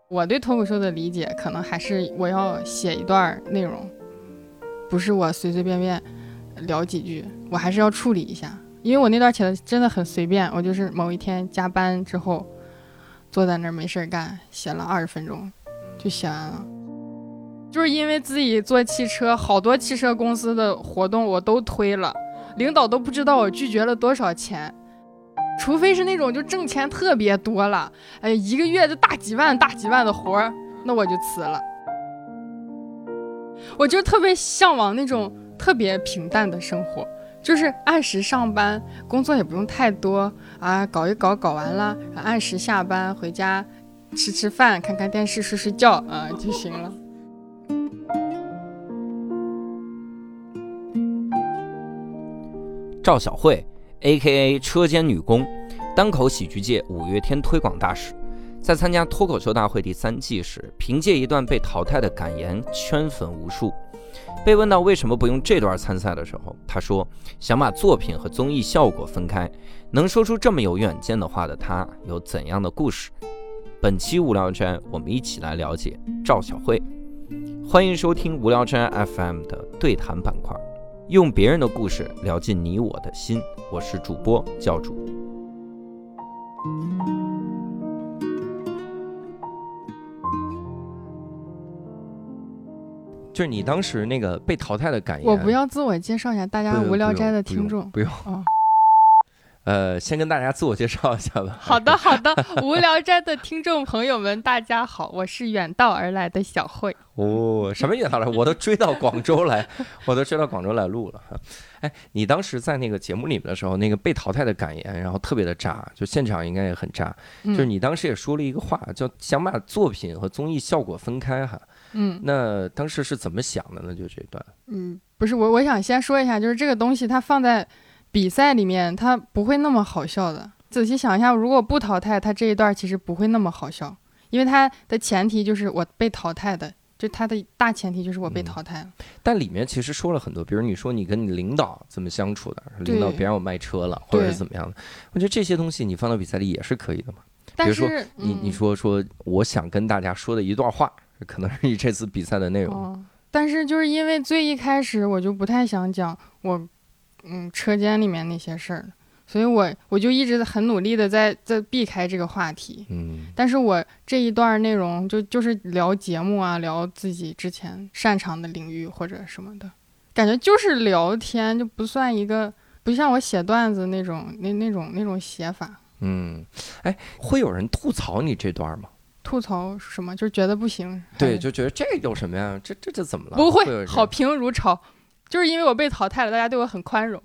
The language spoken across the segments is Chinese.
我对脱口秀的理解可能还是我要写一段内容，不是我随随便便聊几句，我还是要处理一下。因为我那段写的真的很随便，我就是某一天加班之后坐在那儿没事干，写了20分钟就写完了。就是因为自己做汽车，好多汽车公司的活动我都推了，领导都不知道我拒绝了多少钱。除非是那种就挣钱特别多了，哎，一个月就大几万的活儿，那我就辞了。我就特别向往那种特别平淡的生活，就是按时上班，工作也不用太多啊，搞一搞，搞完了，然后按时下班回家吃吃饭，看看电视，睡睡觉啊就行了。 赵小慧 AKA 车间女工，单口喜剧界五月天推广大使，在参加脱口秀大会第3季时，凭借一段被淘汰的感言圈粉无数。被问到为什么不用这段参赛的时候，他说想把作品和综艺效果分开。能说出这么有远见的话的他有怎样的故事？本期无聊斋我们一起来了解赵小慧。欢迎收听无聊斋 FM 的对谈板块，用别人的故事聊进你我的心。我是主播教主。就是你当时那个被淘汰的感言， 我不要自我介绍一下，大家无聊斋的听众不用先跟大家自我介绍一下吧。 好的，无聊斋的听众朋友们，大家好，我是远道而来的小慧。 哦，什么远道来？我都追到广州来录了。哎，你当时在那个节目里面的时候，那个被淘汰的感言，然后特别的炸，就现场应该也很炸。就是你当时也说了一个话，叫想把作品和综艺效果分开哈。那当时是怎么想的呢？就这段。 不是我想先说一下，就是这个东西它放在比赛里面，它不会那么好笑的。仔细想一下，如果不淘汰，它这一段其实不会那么好笑，因为它的前提就是我被淘汰的，就它的大前提就是我被淘汰了。 但里面其实说了很多，比如你说你跟你领导怎么相处的，领导别让我卖车了，或者是怎么样的。我觉得这些东西你放到比赛里也是可以的嘛。比如说你说我想跟大家说的一段话，可能是你这次比赛的内容。 但是就是因为最一开始我就不太想讲我车间里面那些事儿，所以我就一直很努力的在避开这个话题。但是我这一段内容就是聊节目啊，聊自己之前擅长的领域或者什么的，感觉就是聊天，就不算一个，不像我写段子那种写法。 哎，会有人吐槽你这段吗？ 吐槽什么？就是觉得不行。 对，就觉得这有什么呀？这怎么了？ 不会，好评如潮。就是因为我被淘汰了，大家对我很宽容。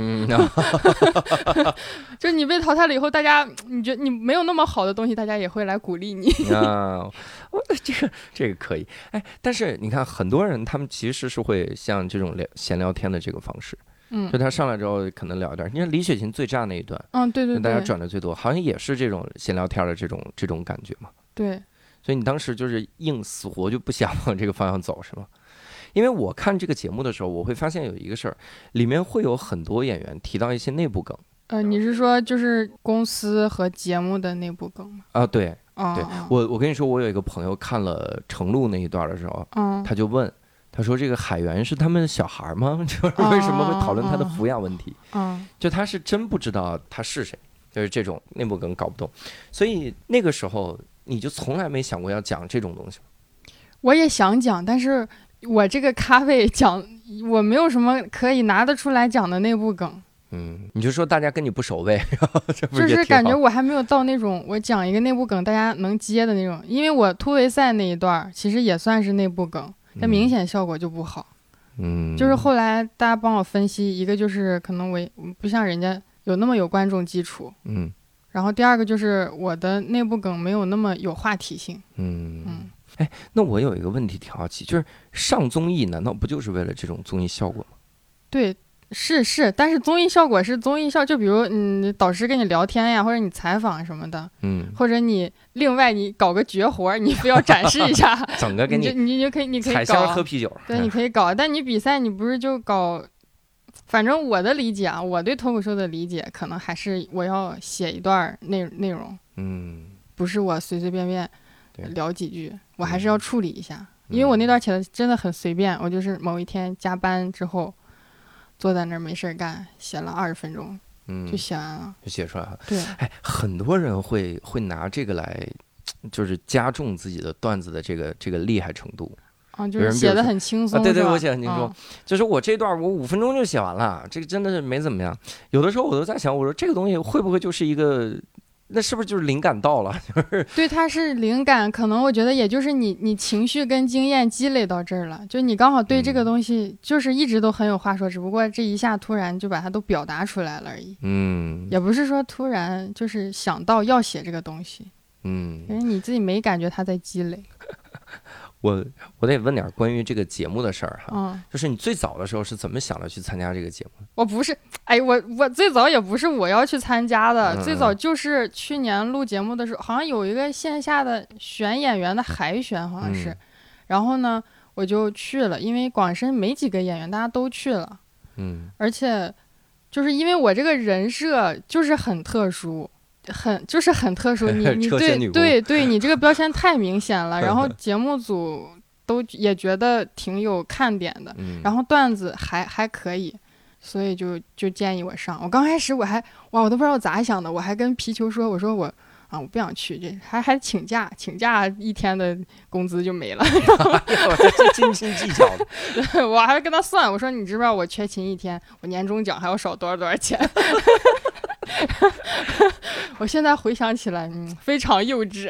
就是你被淘汰了以后，大家你觉得你没有那么好的东西，大家也会来鼓励你。 这个可以。哎，但是你看，很多人他们其实是会像这种闲聊天的这个方式。就他上来之后可能聊一段，你看李雪琴最炸那一段，对，大家转的最多，好像也是这种闲聊天的这种感觉嘛。 对， 所以你当时就是硬死活就不想往这个方向走，是吗？因为我看这个节目的时候，我会发现有一个事儿，里面会有很多演员提到一些内部梗。 你是说就是公司和节目的内部梗吗？ 啊，对，对，我跟你说，我有一个朋友看了程璐那一段的时候，他就问，他说这个海源是他们的小孩吗？就是为什么会讨论他的抚养问题？就他是真不知道他是谁，就是这种内部梗搞不懂。所以那个时候你就从来没想过要讲这种东西吗？ 我也想讲，但是我这个咖位讲，我没有什么可以拿得出来讲的内部梗。 你就说大家跟你不熟呗， 就是感觉我还没有到那种我讲一个内部梗大家能接的那种，因为我突围赛那一段其实也算是内部梗，但明显效果就不好。就是后来大家帮我分析，一个就是可能我不像人家有那么有观众基础，然后第二个就是我的内部梗没有那么有话题性。 哎，那我有一个问题挺好奇，就是上综艺难道不就是为了这种综艺效果吗？ 对，是，但是综艺效果是综艺效，就比如导师跟你聊天呀，或者你采访什么的，或者你另外你搞个绝活，你非要展示一下， 整个给你就可以采搞香喝啤酒， 对，你可以搞，但你比赛你不是就搞。反正我的理解啊，我对脱口秀的理解可能还是我要写一段内容，不是我随随便便聊几句，我还是要处理一下，因为我那段写的真的很随便，我就是某一天加班之后坐在那儿没事干，写了20分钟，就写完了， 就写出来了。 对， 很多人会拿这个来，就是加重自己的段子的这个厉害程度。 就是写的很轻松。 对，我写很轻松，就是我这段我5分钟就写完了，这个真的是没怎么样。有的时候我都在想，我说这个东西会不会就是一个，那是不是就是灵感到了？就是对，它是灵感，可能我觉得也就是你情绪跟经验积累到这儿了，就你刚好对这个东西就是一直都很有话说，只不过这一下突然就把它都表达出来了而已。也不是说突然就是想到要写这个东西，因为你自己没感觉它在积累。 我得问点关于这个节目的事儿哈，就是你最早的时候是怎么想着去参加这个节目？ 我不是，我最早也不是我要去参加的，最早就是去年录节目的时候，好像有一个线下的选演员的海选，好像是，然后呢我就去了，因为广深没几个演员，大家都去了，而且就是因为我这个人设就是很特殊。很特殊，你对你这个标签太明显了，然后节目组都也觉得挺有看点的，然后段子还可以，所以就建议我上。我刚开始我都不知道咋想的，我还跟皮球说，我说我不想去，这还请假1天的工资就没了。 这精心计较的。 我还跟他算，我说你知不知道我缺勤1天，我年终奖还要少多少钱？我现在回想起来，非常幼稚。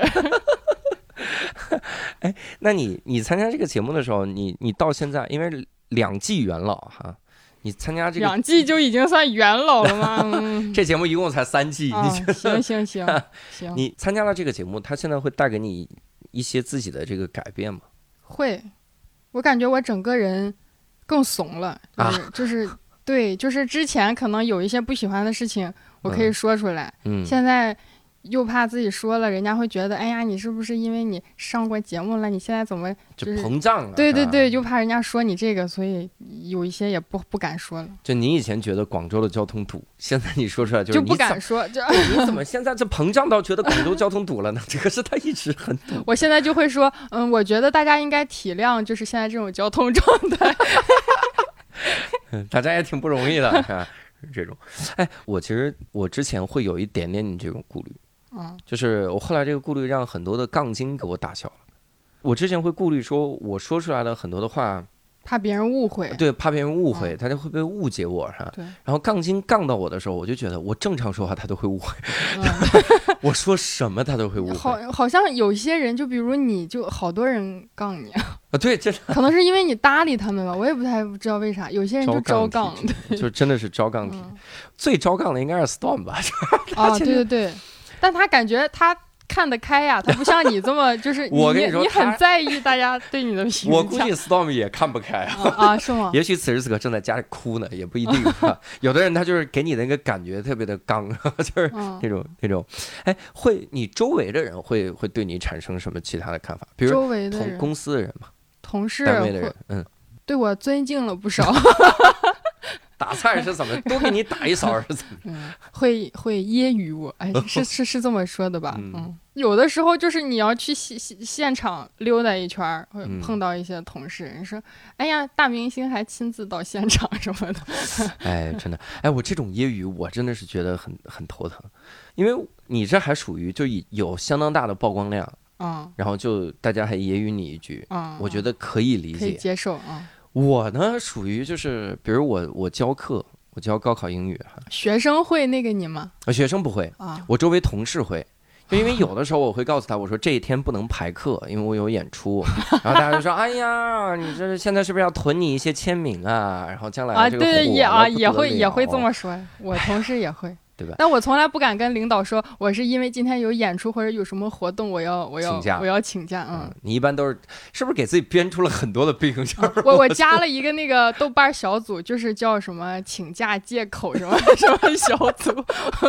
那你参加这个节目的时候，你到现在，因为2季元老哈，你参加这个 2季就已经算元老了吗？ 这节目一共才3季， 行。 你参加了这个节目，它现在会带给你一些自己的这个改变吗？ 会，我感觉我整个人更怂了，就是对，就是之前可能有一些不喜欢的事情。我可以说出来，现在又怕自己说了，人家会觉得，哎呀，你是不是因为你上过节目了，你现在怎么就膨胀了？ 对，就怕人家说你这个，所以有一些也不敢说了。 就你以前觉得广州的交通堵，现在你说出来就不敢说， 你怎么现在这膨胀到觉得广州交通堵了呢？这个是他一直很堵。 我现在就会说，我觉得大家应该体谅，就是现在这种交通状态。 大家也挺不容易的。这种，我其实之前会有一点点你这种顾虑，就是我后来这个顾虑让很多的杠精给我打消了。我之前会顾虑说，我说出来的很多的话， 怕别人误会， 对，怕别人误会，他就会被误解我，是吧？ 对。 然后杠精杠到我的时候，我就觉得我正常说话他都会误会，我说什么他都会误会。 好像有些人，就比如你，就好多人杠你啊。 对，真的。 可能是因为你搭理他们吧，我也不太知道为啥。有些人就招杠， 就真的是招杠体。最招杠的应该是 Storm 吧？ 对，但他感觉他看得开呀，他不像你这么就是你很在意大家对你的评价。 我估计 Storm 也看不开是吗？ 也许此时此刻正在家里哭呢，也不一定。有的人他就是给你的那个感觉特别的刚，就是那种。你周围的人会对你产生什么其他的看法？比如周围的人， 公司的人嘛， 同事、 单位的人， 对我尊敬了不少。 打菜是怎么多给你打一勺是怎么？ 会揶揄我，是这么说的吧？有的时候就是你要去现场溜达一圈，会碰到一些同事，人说：“哎呀，大明星还亲自到现场什么的。” 真的，我这种揶揄我真的是觉得很头疼，因为你这还属于就有相当大的曝光量，然后就大家还揶揄你一句，我觉得可以理解， 可以接受我呢，属于就是，比如我教课，我教高考英语， 学生会那个你吗？ 学生不会我周围同事会，就因为有的时候我会告诉他，我说这一天不能排课，因为我有演出，然后大家就说，哎呀，你这现在是不是要囤你一些签名啊？然后将来这个对也会这么说，我同事也会。 对吧？ 但我从来不敢跟领导说，我是因为今天有演出或者有什么活动，我要请假。 你一般都是不是给自己编出了很多的病？ 我加了一个那个豆瓣小组，就是叫什么请假借口什么小组。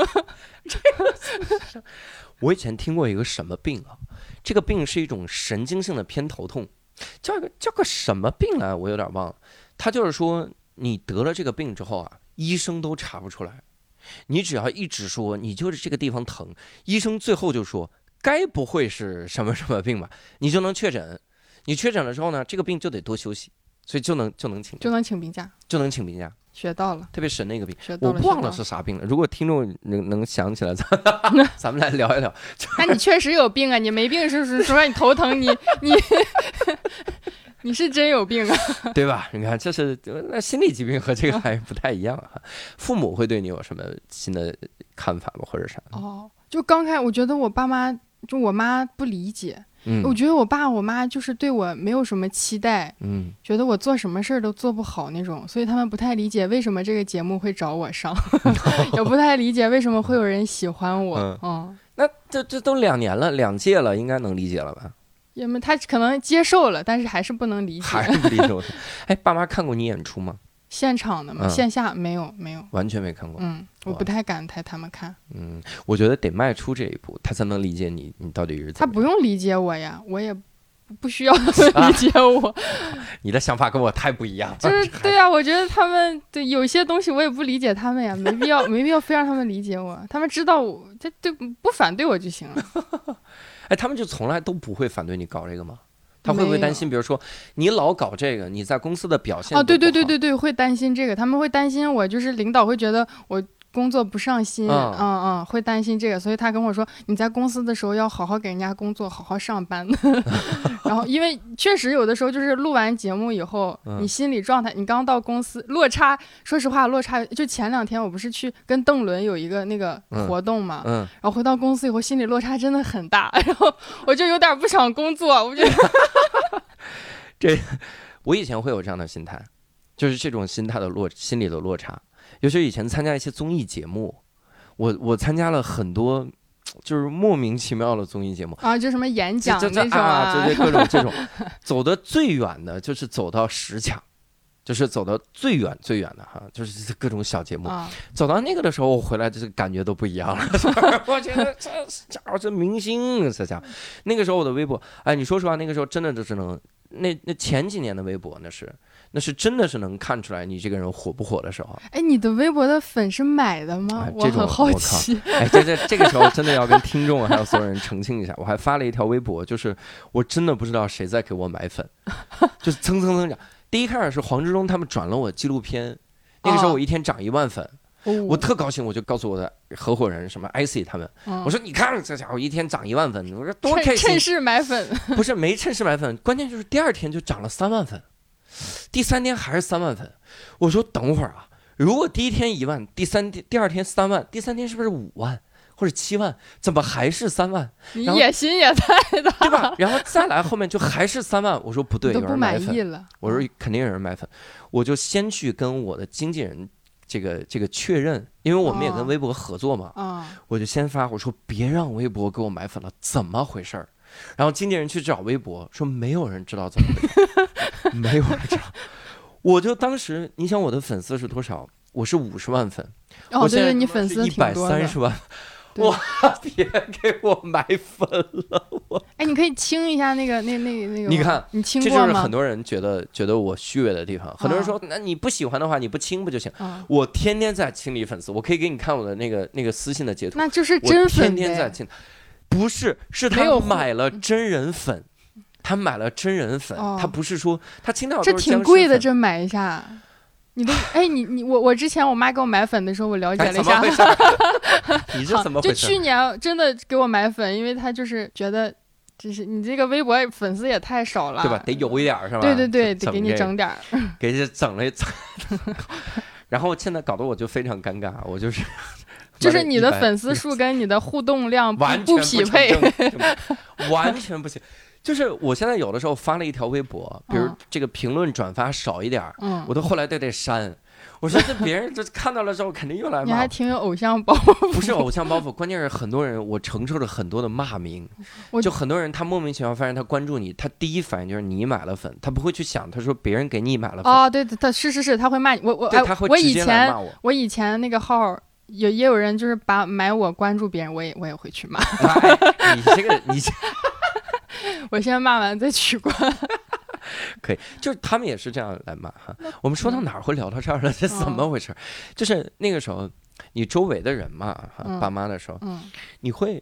我以前听过一个什么病啊？这个病是一种神经性的偏头痛，叫个什么病啊？我有点忘了。他就是说，你得了这个病之后医生都查不出来。你只要一直说你就是这个地方疼，医生最后就说该不会是什么什么病吧？你就能确诊，你确诊了之后呢，这个病就得多休息，所以就能请病假，就能请病假。 学到了， 特别神的一个病， 我忘了是啥病了。如果听众能想起来，咱们来聊一聊。 那你确实有病啊！你没病是说你头疼，你你是真有病啊， 对吧？你看，这是那心理疾病和这个还不太一样啊。父母会对你有什么新的看法吗？或者啥？ 哦，就刚开始我觉得我爸妈，就我妈不理解。我觉得我爸我妈就是对我没有什么期待，觉得我做什么事儿都做不好那种，所以他们不太理解为什么这个节目会找我上，也不太理解为什么会有人喜欢我。 那这都2年了，2届了，应该能理解了吧？ 因为他可能接受了，但是还是不能理解， 还是不理解。哎，爸妈看过你演出吗？ 现场的吗？线下没有， 完全没看过。 我不太敢带他们看。 我觉得得迈出这一步，他才能理解你到底是怎么。 他不用理解我呀，我也不需要理解我。 你的想法跟我太不一样。 就是对啊，我觉得他们对有些东西我也不理解他们呀，没必要非让他们理解我，他们知道我，对不反对我就行了。 哎，他们就从来都不会反对你搞这个吗？他会不会担心，比如说你老搞这个，你在公司的表现对，会担心这个，他们会担心我，就是领导会觉得我工作不上心，会担心这个，所以他跟我说，你在公司的时候要好好给人家工作，好好上班。然后因为确实有的时候就是录完节目以后，你心理状态，你刚到公司落差，说实话落差，就前2天我不是去跟邓伦有一个那个活动嘛，然后回到公司以后心理落差真的很大，然后我就有点不想工作，我觉得。 我以前会有这样的心态，就是这种心态的心理的落差。尤其以前参加一些综艺节目，我参加了很多就是莫名其妙的综艺节目啊，就什么演讲那种就各种这种，走的最远的就是走到10强，就是走到最远的哈，就是各种小节目。走到那个的时候，我回来就是感觉都不一样了。我觉得这明星这家伙，那个时候我的微博，哎，你说实话，那个时候真的就是那前几年的微博那是真的是能看出来你这个人火不火的时候。 哎，你的微博的粉是买的吗？我很好奇。 哎，这个时候真的要跟听众还有所有人澄清一下，我还发了一条微博，就是我真的不知道谁在给我买粉，就是蹭涨。第一开始是黄志忠他们转了我纪录片，那个时候我一天涨1万粉。我特高兴，我就告诉我的合伙人什么 IC 他们，我说你看这家伙一天涨1万粉，我说多开心。 趁势买粉， 不是没趁势买粉，关键就是第2天就涨了3万粉，第3天还是3万粉。我说等会儿啊，如果第1天1万，第2天3万，第3天是不是5万或者7万？怎么还是3万？ 你野心也太大， 对吧？然后再来后面就还是3万，我说不对，有人买粉了。 我说肯定有人买粉，我就先去跟我的经纪人。这个确认，因为我们也跟微博合作嘛，我就先发我说别让微博给我买粉了，怎么回事儿？然后经纪人去找微博，说没有人知道怎么回事，没有人知道。我就当时，你想我的粉丝是多少？我是50万粉，我现在你粉丝 130万。哇！别给我买粉了， 哎，你可以清一下那个， 你看， 你清过吗？ 这就是很多人觉得我虚伪的地方。很多人说，那你不喜欢的话，你不清不就行？我天天在清理粉丝，我可以给你看我的那个私信的截图。 那就是真粉， 天天在清，不是他买了真人粉，他买了真人粉，他不是说他清到这挺贵的，这买一下。你的哎，我之前我妈给我买粉的时候，我了解了一下。 你是怎么回事？ 就去年真的给我买粉，因为他就是觉得，就是你这个微博粉丝也太少了， 对吧？得有一点是吧？ 对，得给你整点儿， 给这整了。然后现在搞得我就非常尴尬，我就是你的粉丝数跟你的互动量不匹配， 完全不行。就是我现在有的时候发了一条微博，比如这个评论转发少一点，我都后来都得删。我说这别人这看到了之后肯定又来骂。 你还挺有偶像包袱。 不是偶像包袱，关键是很多人我承受着很多的骂名。就很多人他莫名其妙发现他关注你，他第一反应就是你买了粉，他不会去想他说别人给你买了粉。 哦，对，他是他会骂你。 他会直接来骂我。 我以前那个号也有人就是买我关注别人，我也会去骂。 你这个你。 我先骂完再取关。 可以，就是他们也是这样来骂哈。我们说到哪儿会聊到这儿了？这怎么回事？就是那个时候，你周围的人嘛，爸妈的时候，你会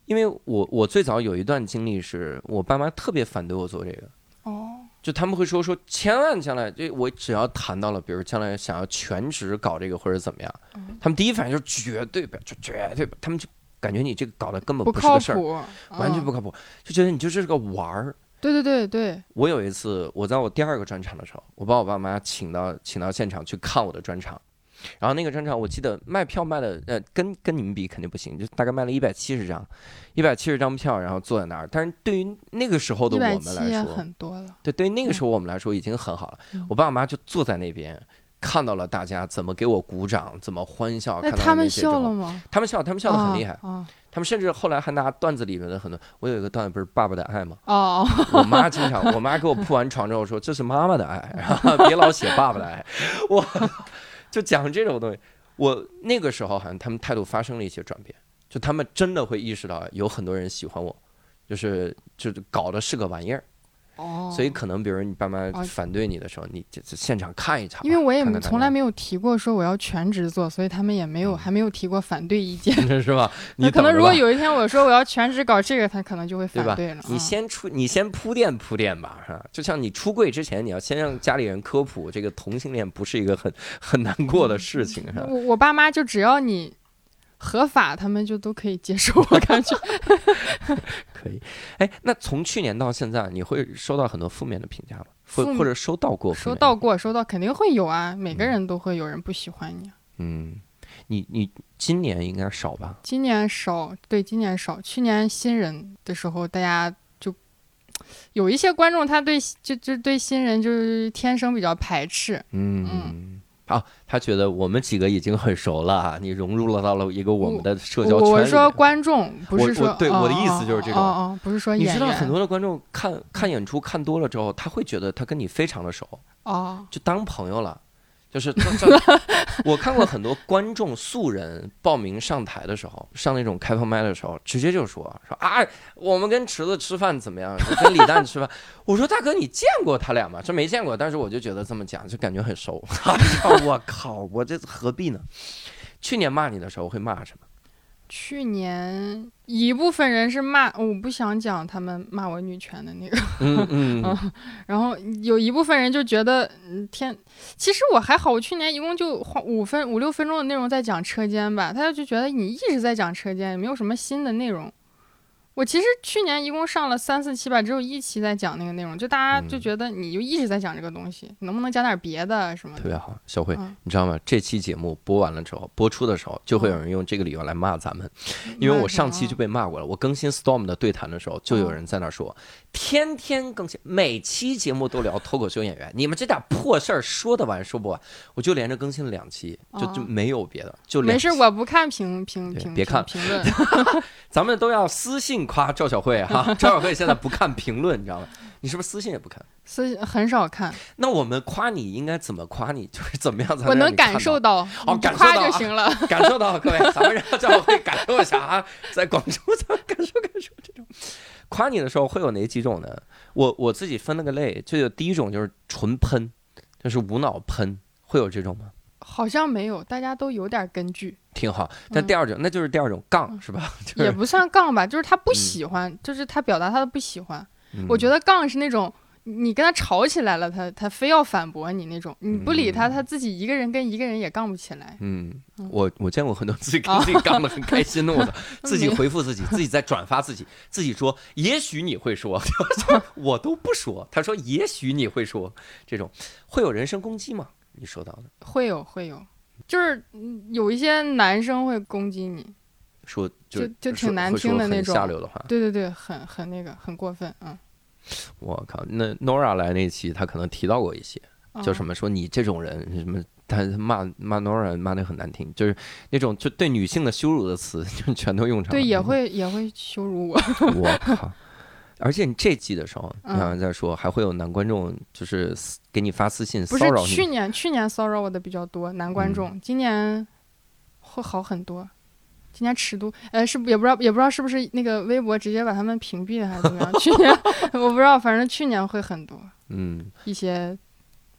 因为我最早有一段经历是我爸妈特别反对我做这个。就他们会说千万将来，就我只要谈到了，比如将来想要全职搞这个或者怎么样，他们第一反应就是绝对不要，就绝对不，他们就感觉你这个搞得根本不是个事儿，完全不靠谱，就觉得你就是个玩儿。 对。我有一次，我在我第2个专场的时候，我把我爸妈请到现场去看我的专场。然后那个专场我记得卖票卖的跟你们比肯定不行，就大概卖了170张票，然后坐在那儿。但是对于那个时候的我们来说， 很多了。 对于那个时候我们来说已经很好了。我爸妈就坐在那边，看到了大家怎么给我鼓掌，怎么欢笑。 那他们笑了吗？ 他们笑得很厉害。他们甚至后来还拿段子里面的很多，我有一个段子不是爸爸的爱吗？我妈经常，我妈给我铺完床之后说这是妈妈的爱，别老写爸爸的爱。我就讲这种东西，我那个时候好像他们态度发生了一些转变，就他们真的会意识到有很多人喜欢我，就是搞的是个玩意儿。所以可能比如你爸妈反对你的时候，你就现场看一场。 因为我也从来没有提过说我要全职做，所以他们也还没有提过反对意见， 是吧？ 那可能如果有一天我说我要全职搞这个，他可能就会反对了。 你先铺垫吧，是吧？就像你出柜之前，你要先让家里人科普，这个同性恋不是一个很难过的事情，是吧？ 我爸妈就只要你合法，他们就都可以接受，我感觉。 可以。哎，那从去年到现在，你会收到很多负面的评价吗？或者收到过？收到肯定会有啊，每个人都会有人不喜欢你。 你今年应该少吧？ 今年少，对，今年少。去年新人的时候，大家就有一些观众，他对对新人就是天生比较排斥。 他觉得我们几个已经很熟了，你融入到了一个我们的社交圈里面。 我说观众，不是说我的意思就是这种。 不是说演员。 你知道很多的观众看演出看多了之后，他会觉得他跟你非常的熟，就当朋友了。就是我看过很多观众素人报名上台的时候，上那种开放麦的时候，直接就说我们跟池子吃饭怎么样，跟李诞吃饭。我说大哥你见过他俩吗？这没见过，但是我就觉得这么讲就感觉很熟。我靠，我这何必呢？去年骂你的时候会骂什么？ 去年一部分人是骂，我不想讲他们骂我女权的那个，然后有一部分人就觉得其实我还好，我去年一共就花5、6分钟的内容在讲车间吧，他就觉得你一直在讲车间，也没有什么新的内容。我其实去年一共上了3、4期吧，只有1期在讲那个内容，就大家就觉得你就一直在讲这个东西，能不能讲点别的什么的？ 特别好，小慧，你知道吗？这期节目播完了之后，播出的时候就会有人用这个理由来骂咱们，因为我上期就被骂过了。我更新 Storm 的对谈的时候，就有人在那说，天天更新，每期节目都聊脱口秀演员，你们这点破事儿说得完说不完？我就连着更新了2期，就没有别的，就没事，我不看评别看评论， 咱们都要私信夸赵小慧哈。赵小慧现在不看评论，你知道吗？你是不是私信也不看？ 私信很少看。 那我们夸你应该怎么夸你？就是怎么样才能我能感受到？ 感受到就行了。 感受到，各位，咱们让赵小慧感受一下啊，在广州咱们感受这种。夸你的时候会有哪几种呢？我自己分了个类，就有第一种就是纯喷，就是无脑喷，会有这种吗？ 好像没有，大家都有点根据， 挺好。但第二种，那就是第二种杠是吧？ 也不算杠吧，就是他不喜欢，就是他表达他的不喜欢。我觉得杠是那种你跟他吵起来了，他非要反驳你那种，你不理他，他自己一个人跟一个人也杠不起来。我见过很多自己跟自己杠得很开心的，我操，自己回复自己，自己在转发自己说也许你会说，我都不说，他说也许你会说，这种会有人身攻击吗？你收到的会有，就是有一些男生会攻击你， 说就挺难听的那种下流的话。 对，很那个，很过分。 我靠，那 Nora 来那期他可能提到过一些，就什么说你这种人什么，他骂 Nora 骂得很难听，就是那种就对女性的羞辱的词就全都用上了。 对，也会羞辱我。 我靠！而且你这季的时候，你好像在说还会有男观众就是给你发私信骚扰你。 不是去年骚扰我的比较多男观众，今年会好很多。今年尺度是也不知道是不是那个微博直接把他们屏蔽了还是怎么样？去年我不知道，反正去年会很多。一些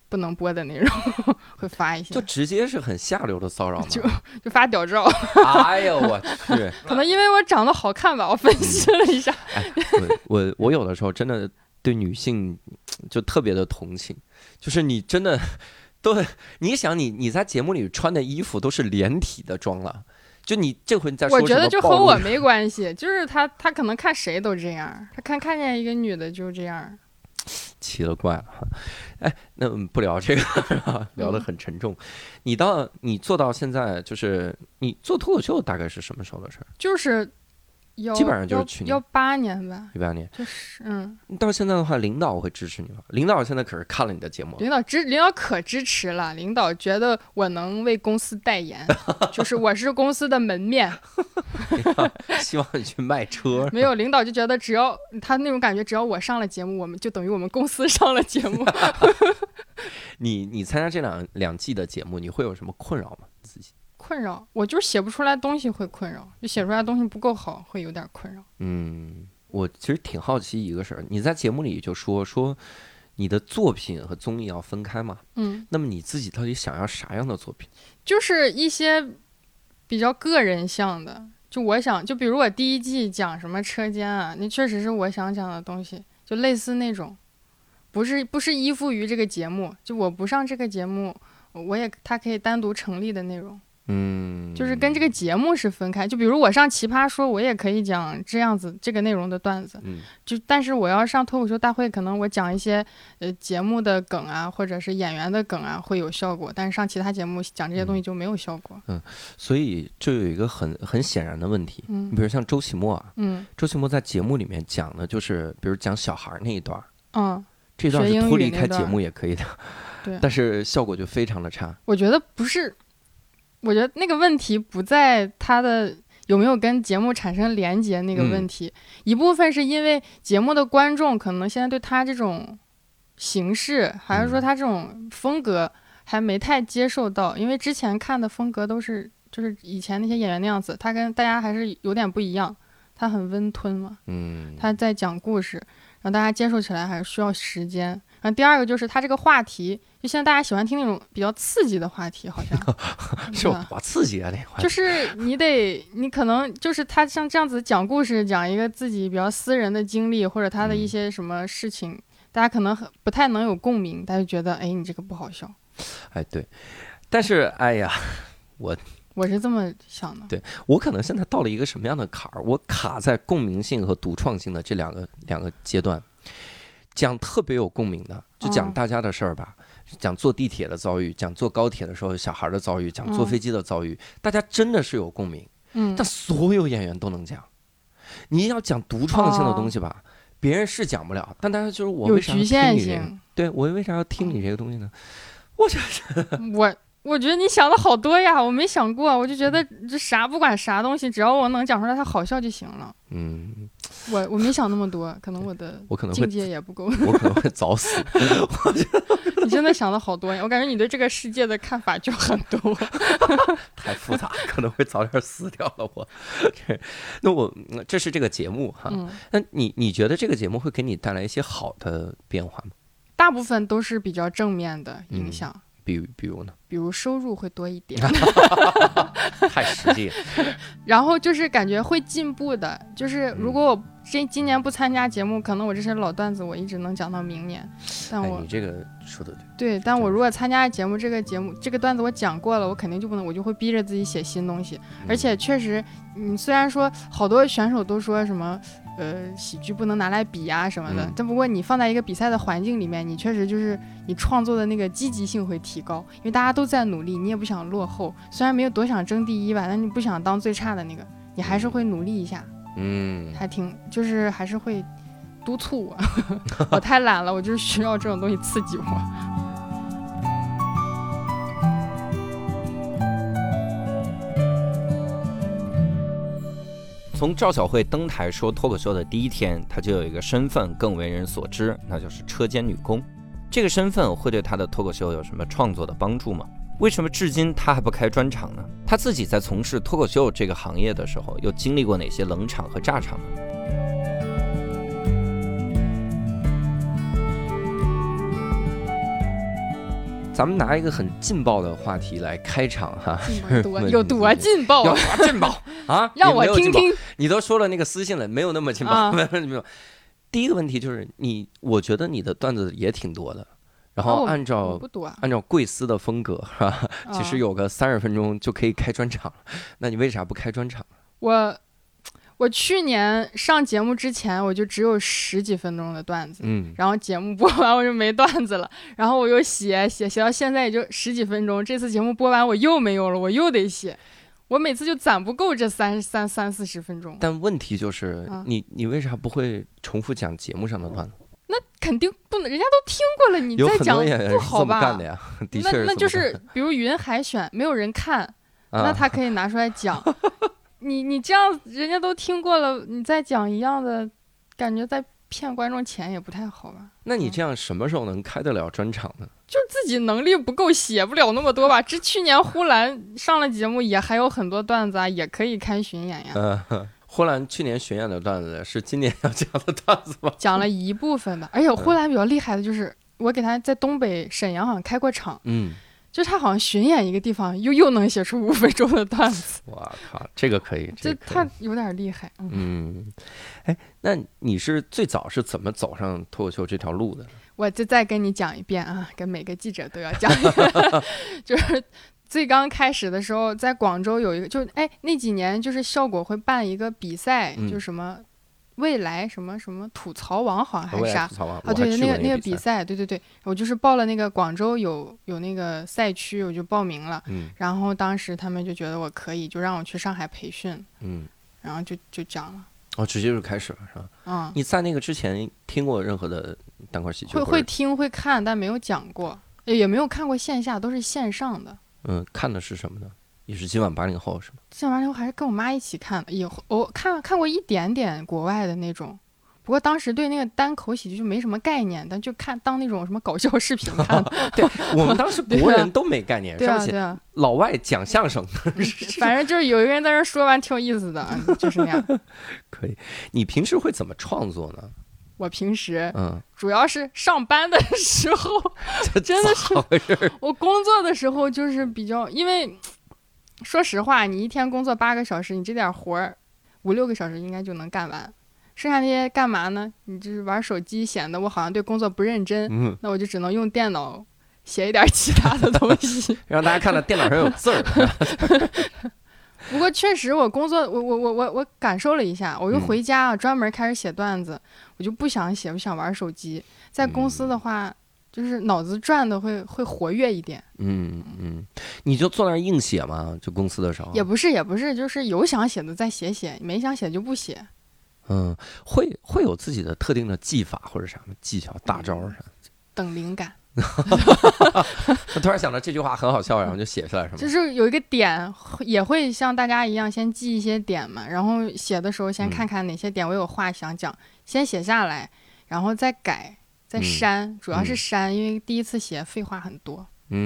不能播的内容会发一些， 就直接是很下流的骚扰吗？ 就发屌照。 哎呦我去！ 可能因为我长得好看吧，我分析了一下。 哎，我有的时候真的对女性就特别的同情，就是你真的都，你想你在节目里穿的衣服都是连体的装了。就你这回在说什么？ 我觉得就和我没关系，就是他可能看谁都这样，他看见一个女的就这样。 奇了怪了哈，哎，那不聊这个，聊得很沉重。你做到现在，就是你做脱口秀大概是什么时候的事儿？ 就是基本上就是去年 18年吧 ，18年， 就是到现在的话，领导会支持你吗？领导现在可是看了你的节目， 领导可支持了，领导觉得我能为公司代言，就是我是公司的门面。 希望你去卖车。 没有，领导就觉得只要他那种感觉，只要我上了节目，我们就等于我们公司上了节目。 你参加这两季的节目，你会有什么困扰吗？自己？ 困扰，我就是写不出来东西会困扰，就写出来东西不够好会有点困扰。 我其实挺好奇一个事儿，你在节目里就说你的作品和综艺要分开嘛？那么你自己到底想要啥样的作品？ 就是一些比较个人向的，就我想，就比如我第1季讲什么车间啊，那确实是我想讲的东西，就类似那种，不是依附于这个节目，就我不上这个节目，它可以单独成立的内容。就是跟这个节目是分开，就比如我上奇葩说，我也可以讲这样子这个内容的段子，但是我要上脱口秀大会，可能我讲一些节目的梗啊，或者是演员的梗啊会有效果，但是上其他节目讲这些东西就没有效果。 所以这有一个很显然的问题，你比如像周奇墨啊，周奇墨在节目里面讲的就是，比如讲小孩那一段，这段是脱离开节目也可以的， 对， 但是效果就非常的差。 我觉得不是。我觉得那个问题不在他的有没有跟节目产生连结那个问题，一部分是因为节目的观众可能现在对他这种形式，还是说他这种风格还没太接受到，因为之前看的风格都是就是以前那些演员那样子，他跟大家还是有点不一样，他很温吞嘛，他在讲故事，让大家接受起来还是需要时间。然后第二个就是他这个话题，就现在大家喜欢听那种比较刺激的话题，好像是我刺激啊，那话题就是你可能就是他像这样子讲故事，讲一个自己比较私人的经历或者他的一些什么事情，大家可能不太能有共鸣，大家就觉得你这个不好笑。 哎，对，但是哎呀， 我是这么想的， 对，我可能现在到了一个什么样的坎儿，我卡在共鸣性和独创性的这两个阶段。讲特别有共鸣的，就讲大家的事儿吧，讲坐地铁的遭遇，讲坐高铁的时候小孩的遭遇，讲坐飞机的遭遇，大家真的是有共鸣。但所有演员都能讲。你要讲独创性的东西吧，别人是讲不了，但大家就是我为啥要听你这个？有局限性。对，我为啥要听你这个东西呢？ 我觉得你想的好多呀，我没想过，我就觉得这不管啥东西，只要我能讲出来它好笑就行了。我没想那么多，可能我的境界也不够， 我可能会早死。 你真的想的好多呀，我感觉你对这个世界的看法就很多。 太复杂，可能会早点死掉了我。那这是这个节目哈，那你觉得这个节目会给你带来一些好的变化吗？ 大部分都是比较正面的影响。 比如呢？ 比如收入会多一点。 太实际了。 然后就是感觉会进步的，就是如果我今年不参加节目，可能我这些老段子我一直能讲到明年。但你这个说的对。对，但我如果参加节目，这个段子我讲过了，我肯定就不能，我就会逼着自己写新东西。而且确实，虽然说好多选手都说什么喜剧不能拿来比啊什么的，但不过你放在一个比赛的环境里面，你确实就是你创作的那个积极性会提高，因为大家都在努力，你也不想落后，虽然没有多想争第一吧，但你不想当最差的那个，你还是会努力一下。就是还是会督促我。我太懒了，我就是需要这种东西刺激我。 从赵小慧登台说脱口秀的第一天，她就有一个身份更为人所知，那就是车间女工。这个身份会对她的脱口秀有什么创作的帮助吗？为什么至今她还不开专场呢？她自己在从事脱口秀这个行业的时候，又经历过哪些冷场和炸场呢？ 咱们拿一个很劲爆的话题来开场哈， 有多劲爆？ 有多劲爆啊？ 让我听听。 你都说了那个私信了，没有那么劲爆，没有。第一个问题就是我觉得你的段子也挺多的，然后按照贵司的风格是吧？其实有个30分钟就可以开专场，那你为啥不开专场？ 我去年上节目之前我就只有10几分钟的段子，然后节目播完我就没段子了，然后我又写到现在也就10几分钟，这次节目播完我又没有了，我又得写。我每次就攒不够这30-40分钟。但问题就是，你为啥不会重复讲节目上的段子？ 那肯定不能，人家都听过了，你再讲不好吧？ 干的呀，的确是那就是比如语音海选，没有人看，那他可以拿出来讲。你这样，人家都听过了，你再讲一样的，感觉在骗观众钱也不太好吧？ 那你这样什么时候能开得了专场呢？ 就是自己能力不够，写不了那么多吧。去年呼兰上了节目，也还有很多段子啊，也可以开巡演呀。 呼兰去年巡演的段子是今年要讲的段子吗？ 讲了一部分吧。而且呼兰比较厉害的就是，我给他在东北沈阳好像开过场，就是他好像巡演一个地方，又能写出5分钟的段子。 哇靠，这个可以， 这他有点厉害。 哎，那你是最早是怎么走上脱口秀这条路的？ 我就再跟你讲一遍啊，跟每个记者都要讲一遍。就是最刚开始的时候，在广州有一个，那几年就是效果会办一个比赛，就什么未来什么什么吐槽王好像还是啥啊？对，那个比赛，对，我就是报了那个广州有那个赛区，我就报名了。然后当时他们就觉得我可以，就让我去上海培训。然后就讲了。直接就开始了是吧？你在那个之前听过任何的单口喜剧？ 会听会看，但没有讲过，也没有看过线下，都是线上的。 看的是什么呢？也是今晚80后是吗？ 今晚80后还是跟我妈一起看的，我看过一点点国外的那种，不过当时对那个单口喜剧就没什么概念，但就看当那种什么搞笑视频看的。对， 我们当时国人都没概念， 对啊， 老外讲相声， 反正就是有一个人在那说完挺有意思的，就是那样。 可以，你平时会怎么创作呢？ 我平时主要是上班的时候，真的是我工作的时候就是比较，因为说实话，你一天工作8个小时，你这点活儿5-6个小时应该就能干完，剩下那些干嘛呢？你就是玩手机，显得我好像对工作不认真，那我就只能用电脑写一点其他的东西， 让大家看到电脑上有字儿。 不过确实，我工作，我感受了一下，我又回家专门开始写段子，我就不想写，我想玩手机。在公司的话，就是脑子转的会活跃一点。 你就坐那儿硬写吗？就公司的时候？ 也不是，就是有想写的再写写，没想写就不写。 会有自己的特定的技法或者啥技巧大招啥？ 等灵感。 我突然想到这句话很好笑，然后就写出来是吗？ 就是有一个点，也会像大家一样先记一些点嘛，然后写的时候先看看哪些点我有话想讲，先写下来，然后再改再删，主要是删，因为第一次写废话很多。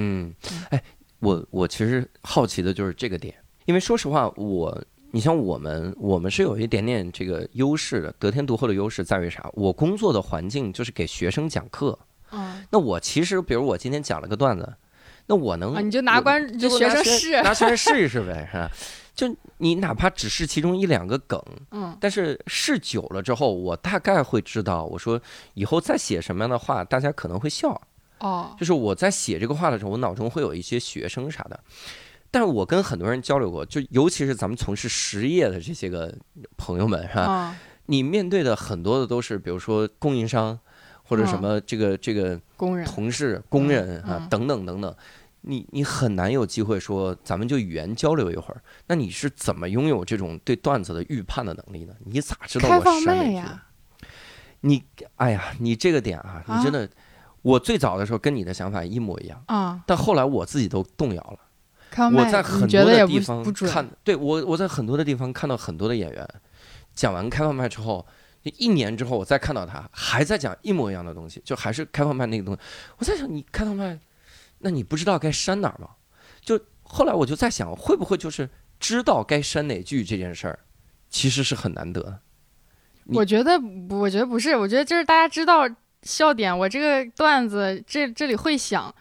我其实好奇的就是这个点，因为说实话，你像我们是有一点点这个优势的，得天独厚的优势在于啥？我工作的环境就是给学生讲课。那我其实，比如我今天讲了个段子，那我能， 你就拿就学生试， 拿学生试一试呗，是吧？就你哪怕只是其中1-2个梗，但是试久了之后，我大概会知道，我说以后再写什么样的话，大家可能会笑。就是我在写这个话的时候，我脑中会有一些学生啥的。但是我跟很多人交流过，就尤其是咱们从事实业的这些个朋友们，是吧？你面对的很多的都是，比如说供应商。或者什么这个工人、 同事、工人啊等等等等，你很难有机会说咱们就语言交流一会儿。那你是怎么拥有这种对段子的预判的能力呢？你咋知道我删哪句？你这个点啊，你真的，我最早的时候跟你的想法一模一样但后来我自己都动摇了。我在很多的地方看，对我在很多的地方看到很多的演员讲完开放麦之后。1年之后，我再看到他还在讲一模一样的东西，就还是开放麦那个东西。我在想，你开放麦，那你不知道该删哪儿吗？就后来我就在想，会不会就是知道该删哪句这件事儿，其实是很难得的。 我觉得不是，我觉得就是大家知道笑点，我这个段子这里会想，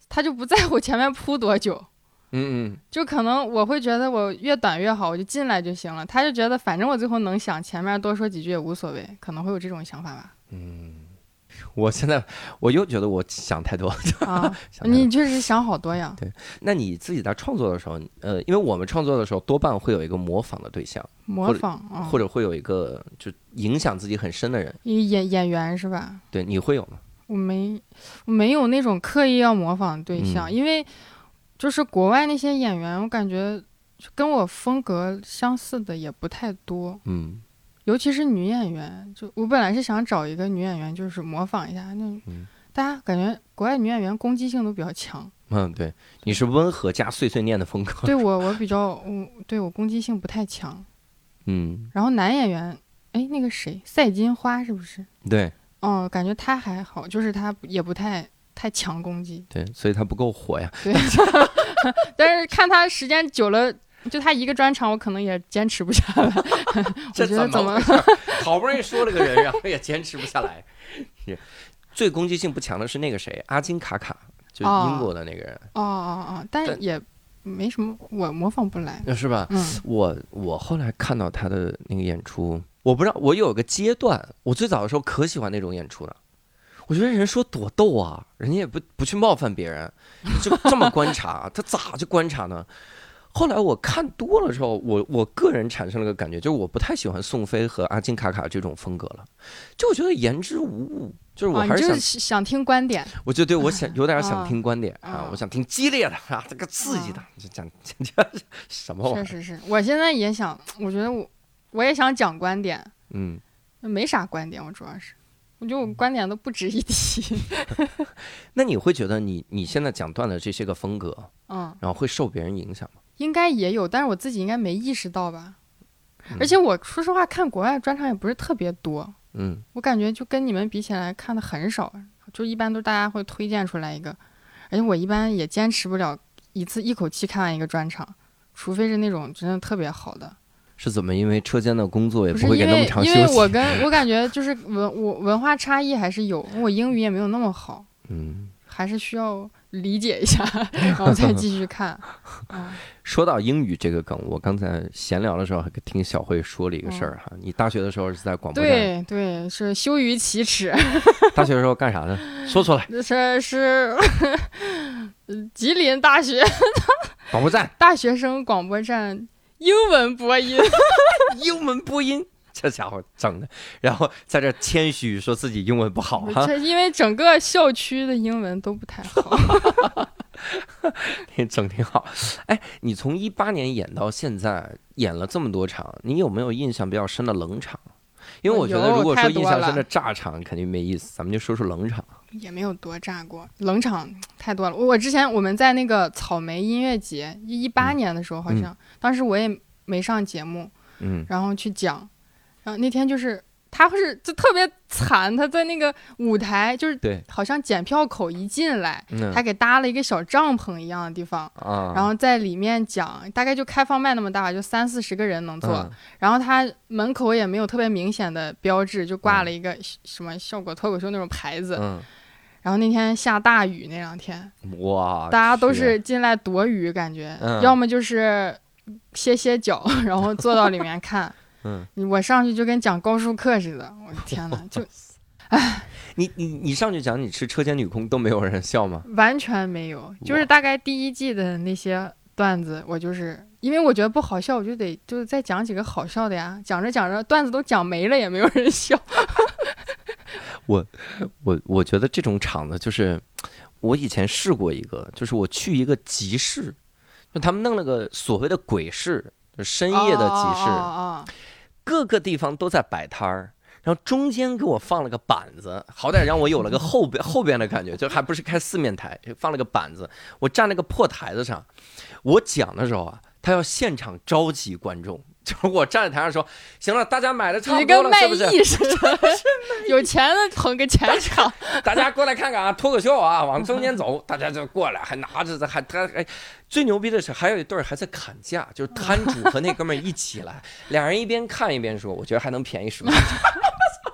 他就不在乎前面铺多久。就可能我会觉得我越短越好，我就进来就行了。他就觉得反正我最后能想前面多说几句也无所谓，可能会有这种想法吧。 我现在我又觉得我想太多啊，你确实想好多呀。 对，那你自己在创作的时候，因为我们创作的时候多半会有一个模仿的对象， 模仿或者会有一个就影响自己很深的人， 演员是吧？ 对，你会有吗？ 我没有那种刻意要模仿对象，因为就是国外那些演员，我感觉跟我风格相似的也不太多。尤其是女演员，就我本来是想找一个女演员，就是模仿一下那大家感觉国外女演员攻击性都比较强。 对，你是温和加碎碎念的风格。 对我比较，对我攻击性不太强。然后男演员，那个谁，赛金花是不是？ 对。 感觉他还好，就是他也不太强攻击。 对，所以他不够火呀。 对，但是看他时间久了。就他一个专场，我可能也坚持不下来。我觉得怎么好不容易说了个人，然后也坚持不下来。最攻击性不强的是那个谁，阿金卡卡，就英国的那个人。 但也没什么，我模仿不来， 是吧？我后来看到他的那个演出，我不知道，我有个阶段，我最早的时候可喜欢那种演出的。我觉得人说多逗啊，人家也不去冒犯别人，就这么观察，他咋就观察呢？后来我看多了之后，我个人产生了个感觉，就是我不太喜欢宋飞和阿金卡卡这种风格了，就我觉得言之无物，就是我还是想听观点， 我就对我有点想听观点我想听激烈的这个刺激的，就讲什么玩意儿？ 确实是我现在也想，我觉得我也想讲观点，没啥观点，我主要是我觉得我观点都不值一提。 那你会觉得你现在讲段的这些个风格，然后会受别人影响吗？ 应该也有，但是我自己应该没意识到吧。而且我说实话，看国外专场也不是特别多。我感觉就跟你们比起来看的很少，就一般都大家会推荐出来一个，而且我一般也坚持不了一口气看完一个专场，除非是那种真的特别好的。 是怎么？因为车间的工作也不会给那么长休息。 因为我感觉就是文化差异还是有，我英语也没有那么好，还是需要理解一下，然后再继续看。 说到英语这个梗，我刚才闲聊的时候还听小慧说了一个事儿哈。你大学的时候是在广播站？ 对，是羞于启齿。 大学的时候干啥呢？说出来。 是吉林大学广播站， 大学生广播站英文播音。 英文播音。这家伙整的，然后在这谦虚说自己英文不好哈， 因为整个校区的英文都不太好。 你整挺好。你从18年演到现在，演了这么多场，你有没有印象比较深的冷场？因为我觉得如果说印象深的炸场肯定没意思，咱们就说说冷场。 也没有多炸过，冷场太多了。我们在那个草莓音乐节18年的时候，好像当时我也没上节目，然后去讲。然后那天就是他就特别惨，他在那个舞台就是好像检票口一进来，他给搭了一个小帐篷一样的地方，然后在里面讲，大概就开放麦那么大，就30-40个人能坐，然后他门口也没有特别明显的标志，就挂了一个什么效果脱口秀那种牌子，然后那天下大雨，那2天哇，大家都是进来躲雨，感觉要么就是歇脚，然后坐到里面看。我上去就跟讲高数课似的，我的天哪！就， 你上去讲你是车间女工都没有人笑吗？ 完全没有，就是大概第1季的那些段子，我就是因为我觉得不好笑，我就再讲几个好笑的呀。讲着讲着段子都讲没了，也没有人笑。 我觉得这种场子就是我以前试过一个，就是我去一个集市，就他们弄了个所谓的鬼市，就深夜的集市。各个地方都在摆摊儿，然后中间给我放了个板子，好歹让我有了个后边的感觉，就还不是开4面台，放了个板子，我站那个破台子上，我讲的时候他要现场召集观众，就是我站在台上说，行了，大家买的差不多了，是不是？ 有钱的捧个钱场， 大家过来看看脱口秀往中间走，大家就过来，还拿着还最牛逼的是还有一对还在砍价，就是摊主和那哥们儿一起来，2人一边看一边说，我觉得还能便宜10块。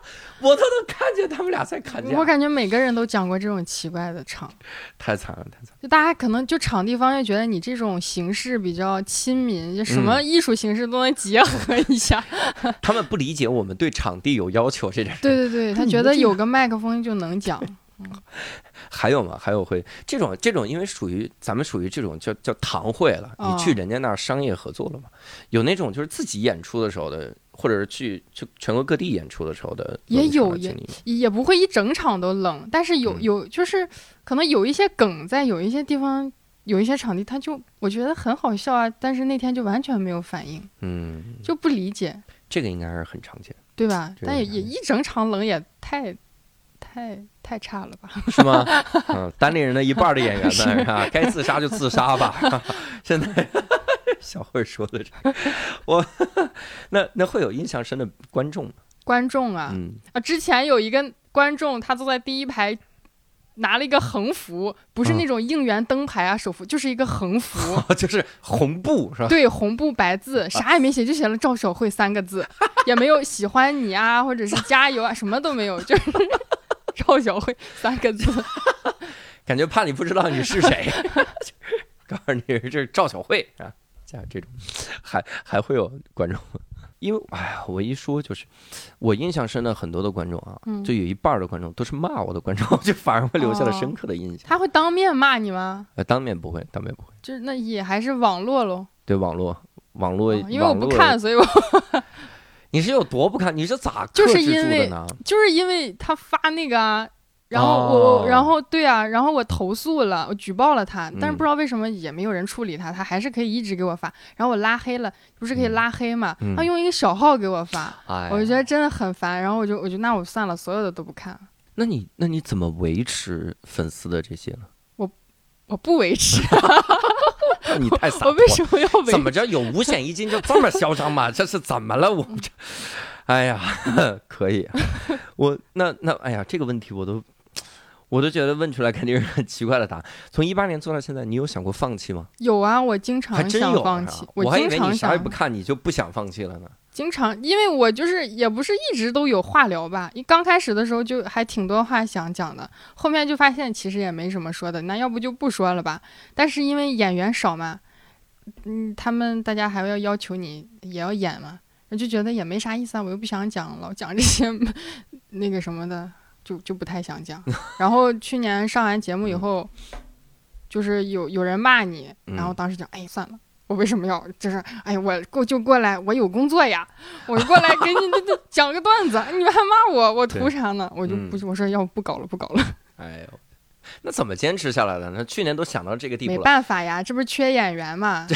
我都能看见他们俩在砍价。 我感觉每个人都讲过这种奇怪的场， 太惨了，太惨了。 就大家可能就场地方就觉得你这种形式比较亲民，就什么艺术形式都能结合一下。 他们不理解我们对场地有要求这点。 对对对，他觉得有个麦克风就能讲。 还有吗？还有会这种，因为咱们属于这种叫堂会了。你去人家那儿商业合作了吗？有那种就是自己演出的时候的，或者是去全国各地演出的时候的， 也有也不会一整场都冷，但是有就是可能有一些梗在有一些地方。有一些场地，他就我觉得很好笑啊，但是那天就完全没有反应，就不理解。 这个应该是很常见， 对吧？但也一整场冷也太差了吧？ 是吗？单立人的一半的演员呢，是吧？该自杀就自杀吧。现在小慧说的我那会有印象深的观众吗？ 观众啊，之前有一个观众，他坐在第一排。拿了一个横幅，不是那种应援灯牌啊，手幅，就是一个横幅， 就是红布是吧？ 对，红布白字，啥也没写，就写了赵小慧3个字，也没有喜欢你啊，或者是加油啊，什么都没有，就是赵小慧3个字。 感觉怕你不知道你是谁，告诉你这是赵小慧啊，像这种，还会有观众。因为我一说就是我印象深的很多的观众啊，就有一半的观众都是骂我的观众，就反而会留下了深刻的印象。 他会当面骂你吗？ 当面不会， 就是那也还是网络咯。 对，网络， 因为我不看，所以我你是有多不看？你是咋克制住的呢？ 就是因为他发那个啊。然后对啊，然后我投诉了，我举报了他，但是不知道为什么也没有人处理他，他还是可以一直给我发。然后我拉黑了，不是可以拉黑嘛？他用一个小号给我发，我就觉得真的很烦。然后我就那我算了，所有的都不看。 那你怎么维持粉丝的这些呢？ 我不维持。 你太洒脱了。 我为什么要维持？ 怎么着有五险一金就这么嚣张吗？这是怎么了？我这，哎呀，可以。哎呀，这个问题我都觉得问出来肯定是很奇怪的答案。从18年做到现在，你有想过放弃吗？ 有啊，我经常想放弃。 我还以为你啥也不看，你就不想放弃了呢。 经常，因为我就是也不是一直都有话聊吧。刚开始的时候就还挺多话想讲的，后面就发现其实也没什么说的，那要不就不说了吧。但是因为演员少嘛，大家还要求你也要演嘛，我就觉得也没啥意思啊，我又不想讲，老讲这些那个什么的。就不太想讲。然后去年上完节目以后，就是有人骂你，然后当时讲，哎，算了，我为什么要就是哎，我就过来，我有工作呀，我就过来给你讲个段子，你们还骂我图啥呢？我就不，我说要不搞了。 哎呦，那怎么坚持下来的？那去年都想到这个地步了， 没办法呀，这不是缺演员嘛。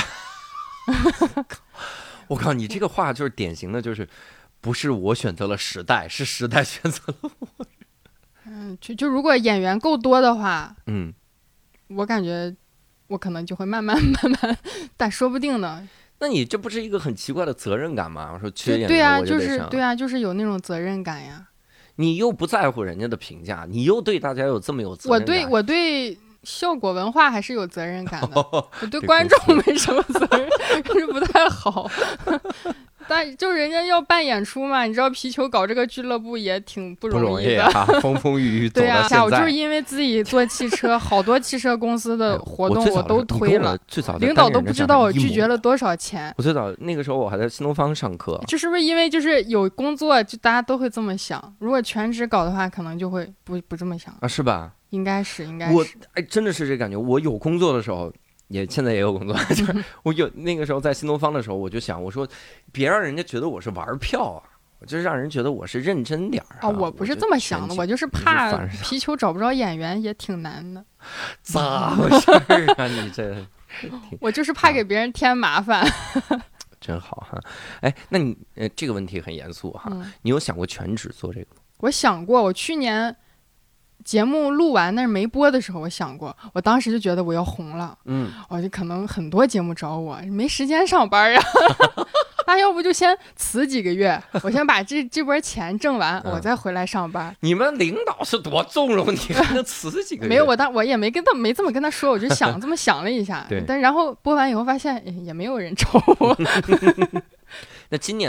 我靠，你这个话就是典型的，就是不是我选择了时代，是时代选择了我。 就如果演员够多的话，我感觉我可能就会慢慢，但说不定呢。 那你这不是一个很奇怪的责任感吗？我说缺演员， 对啊，就是有那种责任感呀。 你又不在乎人家的评价，你又对大家有这么有责任感。 我对效果文化还是有责任感的，我对观众没什么责任，是不太好。但就人家要办演出嘛，你知道皮球搞这个俱乐部也挺不容易的， 风风雨雨走到现在。 对啊，我就是因为自己做汽车，好多汽车公司的活动我都推了，领导都不知道我拒绝了多少钱。 我最早那个时候我还在新东方上课， 这是不是因为就是有工作，就大家都会这么想？如果全职搞的话，可能就会不这么想啊， 是吧？ 应该是。 我真的是这感觉。我有工作的时候。现在也有工作，就是我有那个时候在新东方的时候，我就想，我说别让人家觉得我是玩票啊，我就是让人觉得我是认真点啊。 我不是这么想的，我就是怕皮球找不着演员也挺难的。 咋回事啊？你这， 我就是怕给别人添麻烦。 真好哈！哎，那你这个问题很严肃哈，你有想过全职做这个吗？ 我想过，我去年。节目录完但是没播的时候，我想过，我当时就觉得我要红了，我就可能很多节目找我，没时间上班呀。那要不就先辞几个月，我先把这波钱挣完，我再回来上班。 你们领导是多纵容你，还能辞几个月？ 没有，我也没这么跟他说，我就这么想了一下。 对， 但然后播完以后发现也没有人找我。 那今年呢？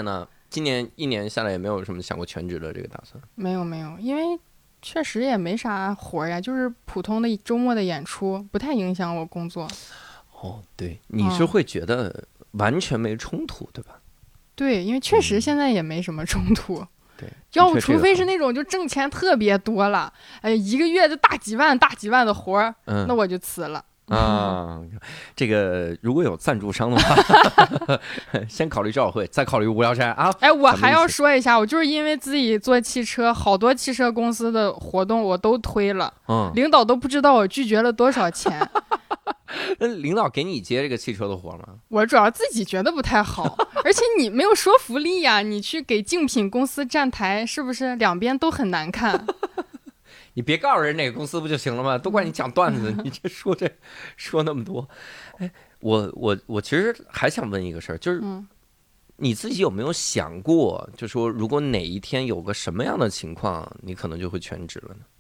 今年1年下来也没有什么想过全职的这个打算？ 没有，因为确实也没啥活呀，就是普通的周末的演出，不太影响我工作。 哦，对，你是会觉得完全没冲突，对吧？ 对，因为确实现在也没什么冲突。 对， 要不除非是那种就挣钱特别多了，哎，一个月就大几万的活儿，那我就辞了。 这个如果有赞助商的话，先考虑赵小慧，再考虑无聊斋啊。 哎，我还要说一下，我就是因为自己做汽车，好多汽车公司的活动我都推了，领导都不知道我拒绝了多少钱。 那领导给你接这个汽车的活吗？ 我主要自己觉得不太好，而且你没有说服力呀，你去给竞品公司站台，是不是两边都很难看？ 你别告诉人哪个公司不就行了吗？都怪你讲段子，你说那么多。哎，我其实还想问一个事儿，就是你自己有没有想过，就说如果哪一天有个什么样的情况，你可能就会全职了呢？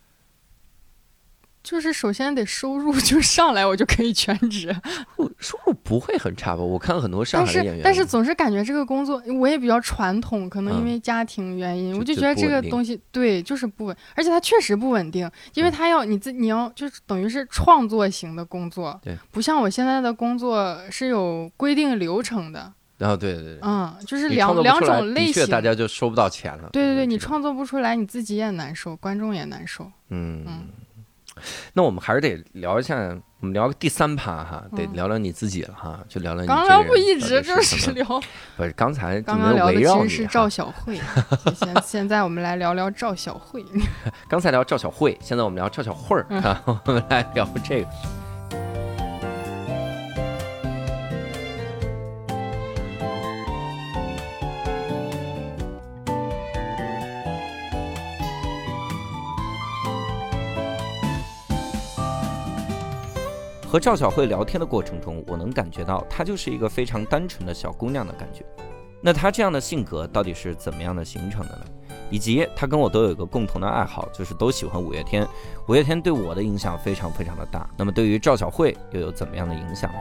就是首先得收入就上来，我就可以全职。 收入不会很差吧？我看很多上海的演员， 但是总是感觉这个工作我也比较传统，可能因为家庭原因，我就觉得这个东西对就是不稳，而且它确实不稳定，因为它要你要就是等于是创作型的工作， 对， 不像我现在的工作是有规定流程的。 对， 就是两种类型， 大家就收不到钱了。 对，你创作不出来，你自己也难受，观众也难受。 那我们还是得聊一下，我们聊个第3趴哈，得聊聊你自己了哈，就聊聊你这个人。 刚聊不一直就是聊， 不是刚才刚聊的其实是赵小慧，现在我们来聊聊赵小慧。 刚才聊赵小慧，现在我们聊赵小慧啊，我们来聊这个。和赵小慧聊天的过程中，我能感觉到她就是一个非常单纯的小姑娘的感觉。那她这样的性格到底是怎么样的形成的呢？以及她跟我都有一个共同的爱好，就是都喜欢五月天。五月天对我的影响非常非常的大。那么对于赵小慧又有怎么样的影响呢？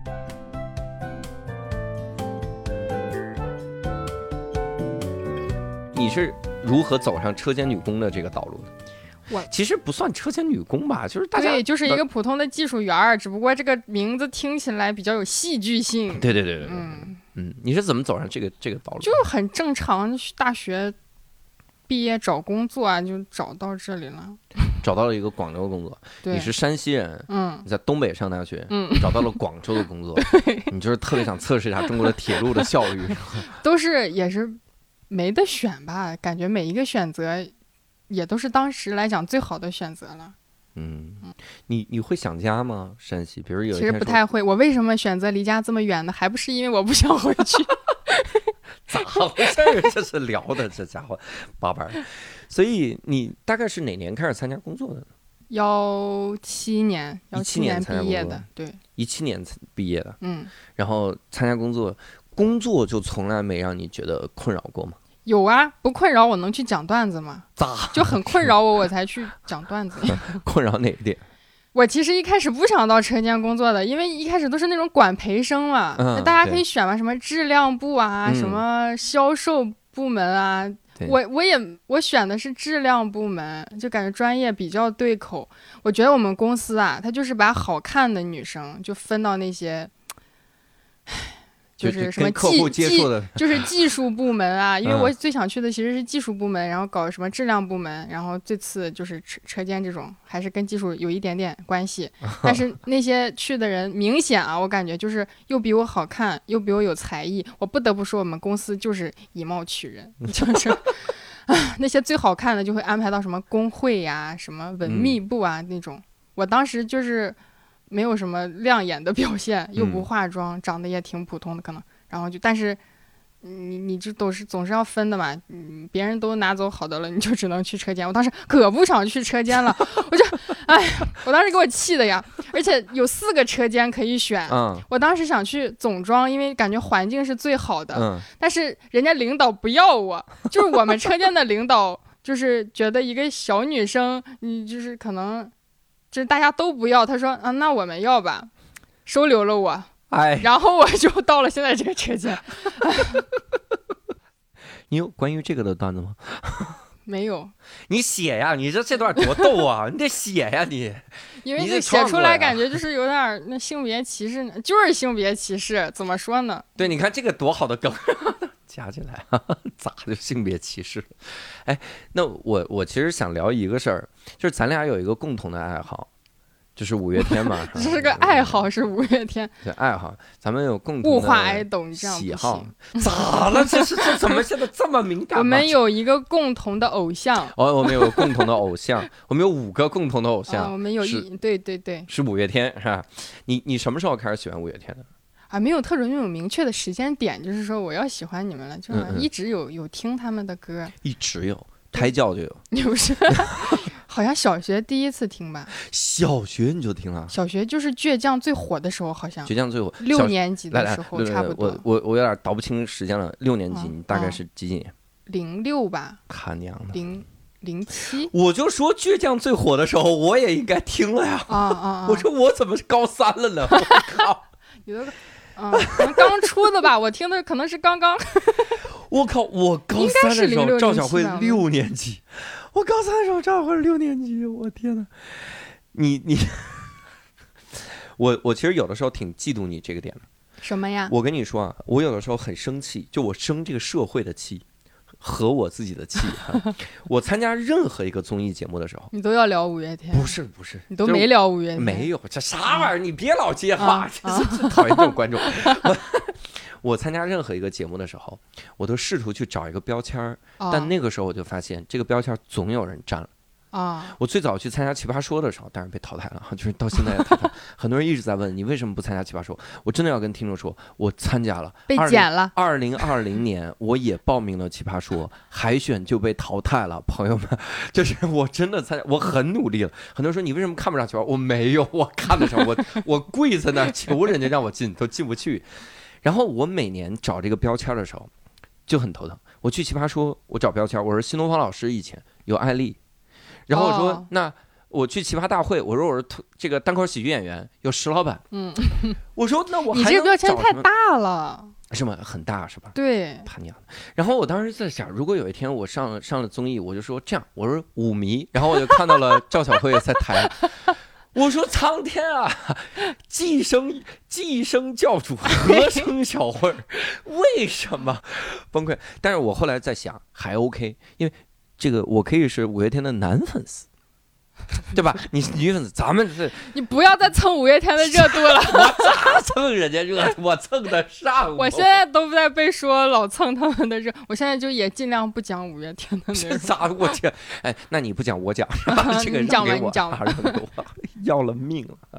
你是如何走上车间女工的这个道路呢？我其实不算车间女工吧，就是大家对，就是一个普通的技术员，只不过这个名字听起来比较有戏剧性。 对，你是怎么走上这个道路？ 就很正常，大学毕业找工作啊，就找到这里了。 找到了一个广州的工作。你是山西人，你在东北上大学，找到了广州的工作，你就是特别想测试一下中国的铁路的效率。 也是没得选吧，感觉每一个选择也都是当时来讲最好的选择了。 你会想家吗？山西，比如有一天其实不太会。我为什么选择离家这么远呢？还不是因为我不想回去。 咋回事？这是聊的，这家伙八板。所以你大概是哪年开始参加工作的呢 ？17年毕业的，对 ，17年毕业的。然后参加工作就从来没让你觉得困扰过吗？ 有啊，不困扰我能去讲段子吗？ 咋就很困扰我才去讲段子。 困扰哪一点？ 我其实一开始不想到车间工作的，因为一开始都是那种管培生嘛，大家可以选嘛，什么质量部啊，什么销售部门啊。我选的是质量部门，就感觉专业比较对口。我觉得我们公司啊，它就是把好看的女生就分到那些。就是什么客户接触的， 就是技术部门啊，因为我最想去的其实是技术部门，然后搞什么质量部门，然后最次就是车间这种，还是跟技术有一点点关系。但是那些去的人明显啊，我感觉就是又比我好看，又比我有才艺。我不得不说，我们公司就是以貌取人，就是那些最好看的就会安排到什么工会呀、什么文秘部啊那种。我当时就是没有什么亮眼的表现，又不化妆，长得也挺普通的可能，然后但是你这都是总是要分的嘛，别人都拿走好的了，你就只能去车间。我当时可不想去车间了，我当时给我气的呀，而且有4个车间可以选，我当时想去总装，因为感觉环境是最好的，但是人家领导不要我，就是我们车间的领导就是觉得一个小女生，你就是可能。就是大家都不要，他说啊，那我们要吧，收留了我，然后我就到了现在这个车间。 你有关于这个的段子吗？ 没有， 你写呀，你这段多逗啊，你得写呀你。 因为这写出来感觉就是有点那性别歧视，就是性别歧视，怎么说呢？ 对，你看这个多好的梗。加起来咋就性别歧视了？哎，那我其实想聊一个事儿，就是咱俩有一个共同的爱好，就是五月天嘛。 这是个爱好，是五月天。 对，爱好，咱们有共同物化爱豆，你这样喜好。咋了？这怎么现在这么敏感？ 我们有一个共同的偶像。 我们有共同的偶像，我们有5个共同的偶像。 我们有对， 是五月天，是吧？你什么时候开始喜欢五月天的？ 没有特种那种明确的时间点，就是说我要喜欢你们了，就是一直有听他们的歌， 一直有，胎教就有， 也不是，好像小学第一次听吧。 小学你就听了？小学就是倔强最火的时候，好像倔强最火 ，6年级的时候差不多。 我有点倒不清时间了，6年级你大概是几几年 ？06吧。 他娘的 ，07。 我就说倔强最火的时候，我也应该听了呀。我说我怎么是高3了呢？我靠！ 你都。可能刚出的吧，我听的可能是刚刚。 我靠，我高3的时候赵小慧6年级，我高3的时候赵小慧6年级，我天哪！你，我其实有的时候挺嫉妒你这个点的。 什么呀？ 我跟你说啊，我有的时候很生气，就我生这个社会的气。和我自己的气我参加任何一个综艺节目的时候， 你都要聊五月天？ 不是， 你都没聊五月天？ 没有，这啥玩意儿？你别老接话，这讨厌这种观众。我参加任何一个节目的时候，我都试图去找一个标签但那个时候我就发现，这个标签总有人占了。我最早去参加奇葩说的时候，当然被淘汰了，就是到现在也淘汰。很多人一直在问你为什么不参加奇葩说，我真的要跟听众说，我参加了， 被剪了。 2020年我也报名了奇葩说，海选就被淘汰了。朋友们，就是我真的参加，我很努力了。很多人说你为什么看不上奇葩？我没有，我看得上，我跪在那儿求人家让我进，都进不去。然后我每年找这个标签的时候就很头疼。我去奇葩说，我找标签，我说新东方老师以前有艾丽。然后我说，那我去奇葩大会，我说我是这个单口喜剧演员，有石老板。我说那我还你这个标签太大了， 是吗？很大是吧？ 对， 他娘的。然后我当时在想，如果有一天我上了综艺，我就说这样，我说舞迷，然后我就看到了赵小慧在台。我说苍天啊，寄生教主，何生小慧，为什么崩溃？但是我后来在想，还 OK， 因为。这个我可以是五月天的男粉丝，对吧？你是女粉丝，咱们是。你不要再蹭五月天的热度了。 我咋蹭人家热度？我蹭得上。 我现在都在被说老蹭他们的热，我现在就也尽量不讲五月天的内容。 咋？我天！哎，那你不讲我讲，这个你讲吧， 你讲吧，要了命了。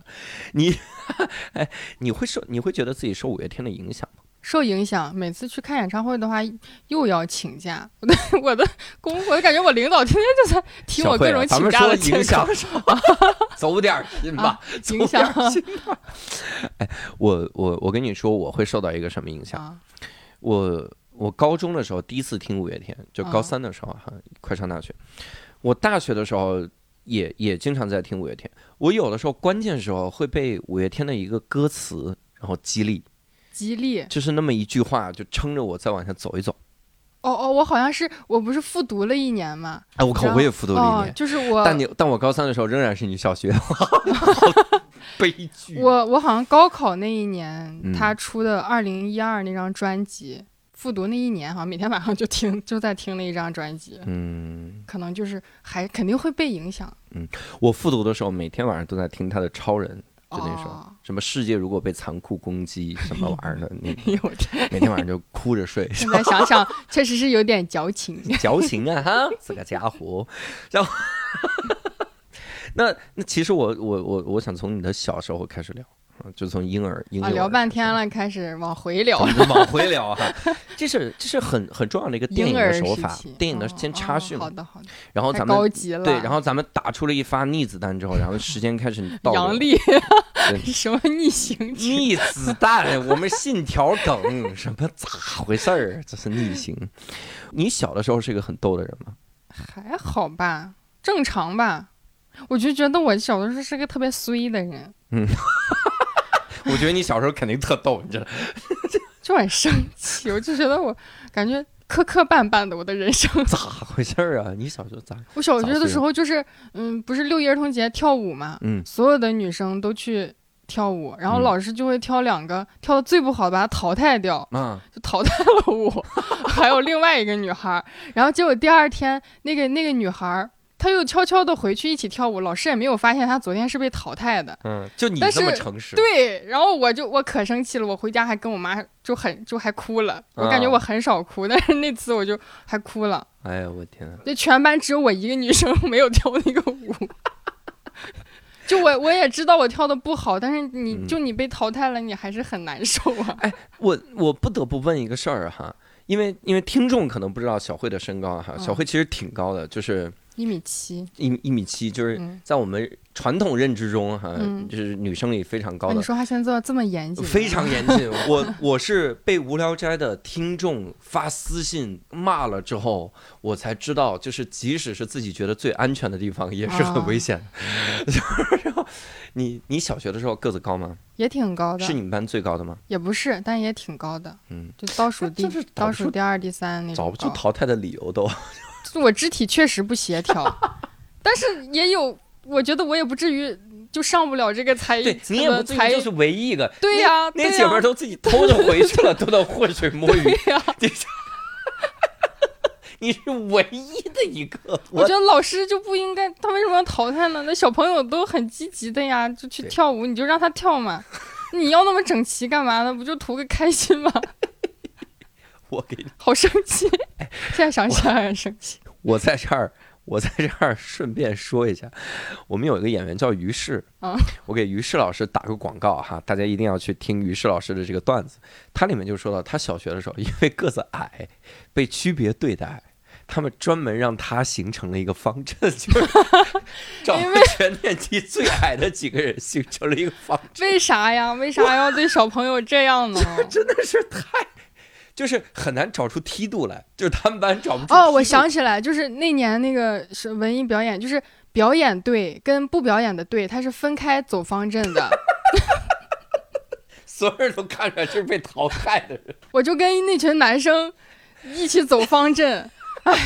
你会觉得自己受五月天的影响吗？ 受影响，每次去看演唱会的话，又要请假。我的工作，我感觉我领导天天就在提我各种请假的影响。走点心吧， 影响。 哎，我跟你说，我会受到一个什么影响？我高中的时候第一次听五月天，就高3的时候快上大学。我大学的时候也经常在听五月天。我有的时候关键时候会被五月天的一个歌词然后激励，就是那么一句话就撑着我再往下走一走。 我好像是我不是复读了1年吗？ 我靠，我也复读了1年。 就是我， 但我高3的时候仍然是你小学，悲剧。 我好像高考那一年，他出的2012那张专辑，复读那1年，好像每天晚上就在听那一张专辑。可能就是还肯定会被影响。 我复读的时候，每天晚上都在听他的《超人》。就那首什么世界如果被残酷攻击什么玩意儿的那个，每天晚上就哭着睡。 现在想想，确实是有点矫情。 矫情啊哈，这个家伙。然后，那其实我想从你的小时候开始聊。就从婴儿聊半天了，开始往回聊， 往回聊哈。这是很重要的一个电影的手法，电影的先插叙嘛。 好的。 然后咱们高级了， 对，然后咱们打出了一发逆子弹之后，然后时间开始倒流。 杨笠，什么逆行？ 逆子弹，我们信条梗，什么咋回事儿？这是逆行。你小的时候是一个很逗的人吗？ 还好吧，正常吧。我就觉得我小的时候是个特别衰的人。 我觉得你小时候肯定特逗，你知道， 就很生气。我就觉得我感觉磕磕绊绊的我的人生。 咋回事啊？你小时候咋？ 我小学的时候就是，不是6一儿童节跳舞嘛，所有的女生都去跳舞，然后老师就会挑2个跳的最不好的把她淘汰掉，就淘汰了我，还有另外一个女孩，然后结果第2天那个女孩。她又悄悄的回去一起跳舞，老师也没有发现她昨天是被淘汰的。 就你这么诚实。 对，然后我可生气了，我回家还跟我妈就还哭了。我感觉我很少哭，但是那次我就还哭了。 哎呀，我天！ 就全班只有我一个女生没有跳那个舞。就我也知道我跳的不好，但是你被淘汰了，你还是很难受啊。 哎，我不得不问一个事儿哈，因为听众可能不知道小慧的身高哈，小慧其实挺高的，就是1.7米，就是在我们传统认知中哈，就是女生里非常高的。 你说他现在做这么严谨？ 非常严谨。我是被无聊斋的听众发私信骂了之后，我才知道，就是即使是自己觉得最安全的地方，也是很危险的。然后你小学的时候个子高吗？ 也挺高的。 是你们班最高的吗？ 也不是，但也挺高的。就倒数第2、第3那种。 找不出淘汰的理由都。 我肢体确实不协调，但是也有，我觉得我也不至于就上不了这个才艺。 对，你也不至于就是唯一一个。 对呀， 那姐妹都自己偷着回去了，都能浑水摸鱼。 对呀， 你是唯一的一个。 我觉得老师就不应该，他为什么要淘汰呢？那小朋友都很积极的呀，就去跳舞，你就让他跳嘛。你要那么整齐干嘛呢？不就图个开心吗？ 我给你好生气，现在想起来很生气。我在这儿顺便说一下，我们有一个演员叫于适，我给于适老师打个广告哈，大家一定要去听于适老师的这个段子。他里面就说到，他小学的时候因为个子矮，被区别对待，他们专门让他形成了一个方阵，就是找全年级最矮的几个人形成了一个方阵。 为啥呀？为啥要对小朋友这样呢？ 真的是就是很难找出梯度来，就是他们班找不出梯度。 我想起来，就是那年那个是文艺表演，就是表演队跟不表演的队，它是分开走方阵的。 所有人都看出来就是被淘汰的人。 我就跟那群男生一起走方阵，哎。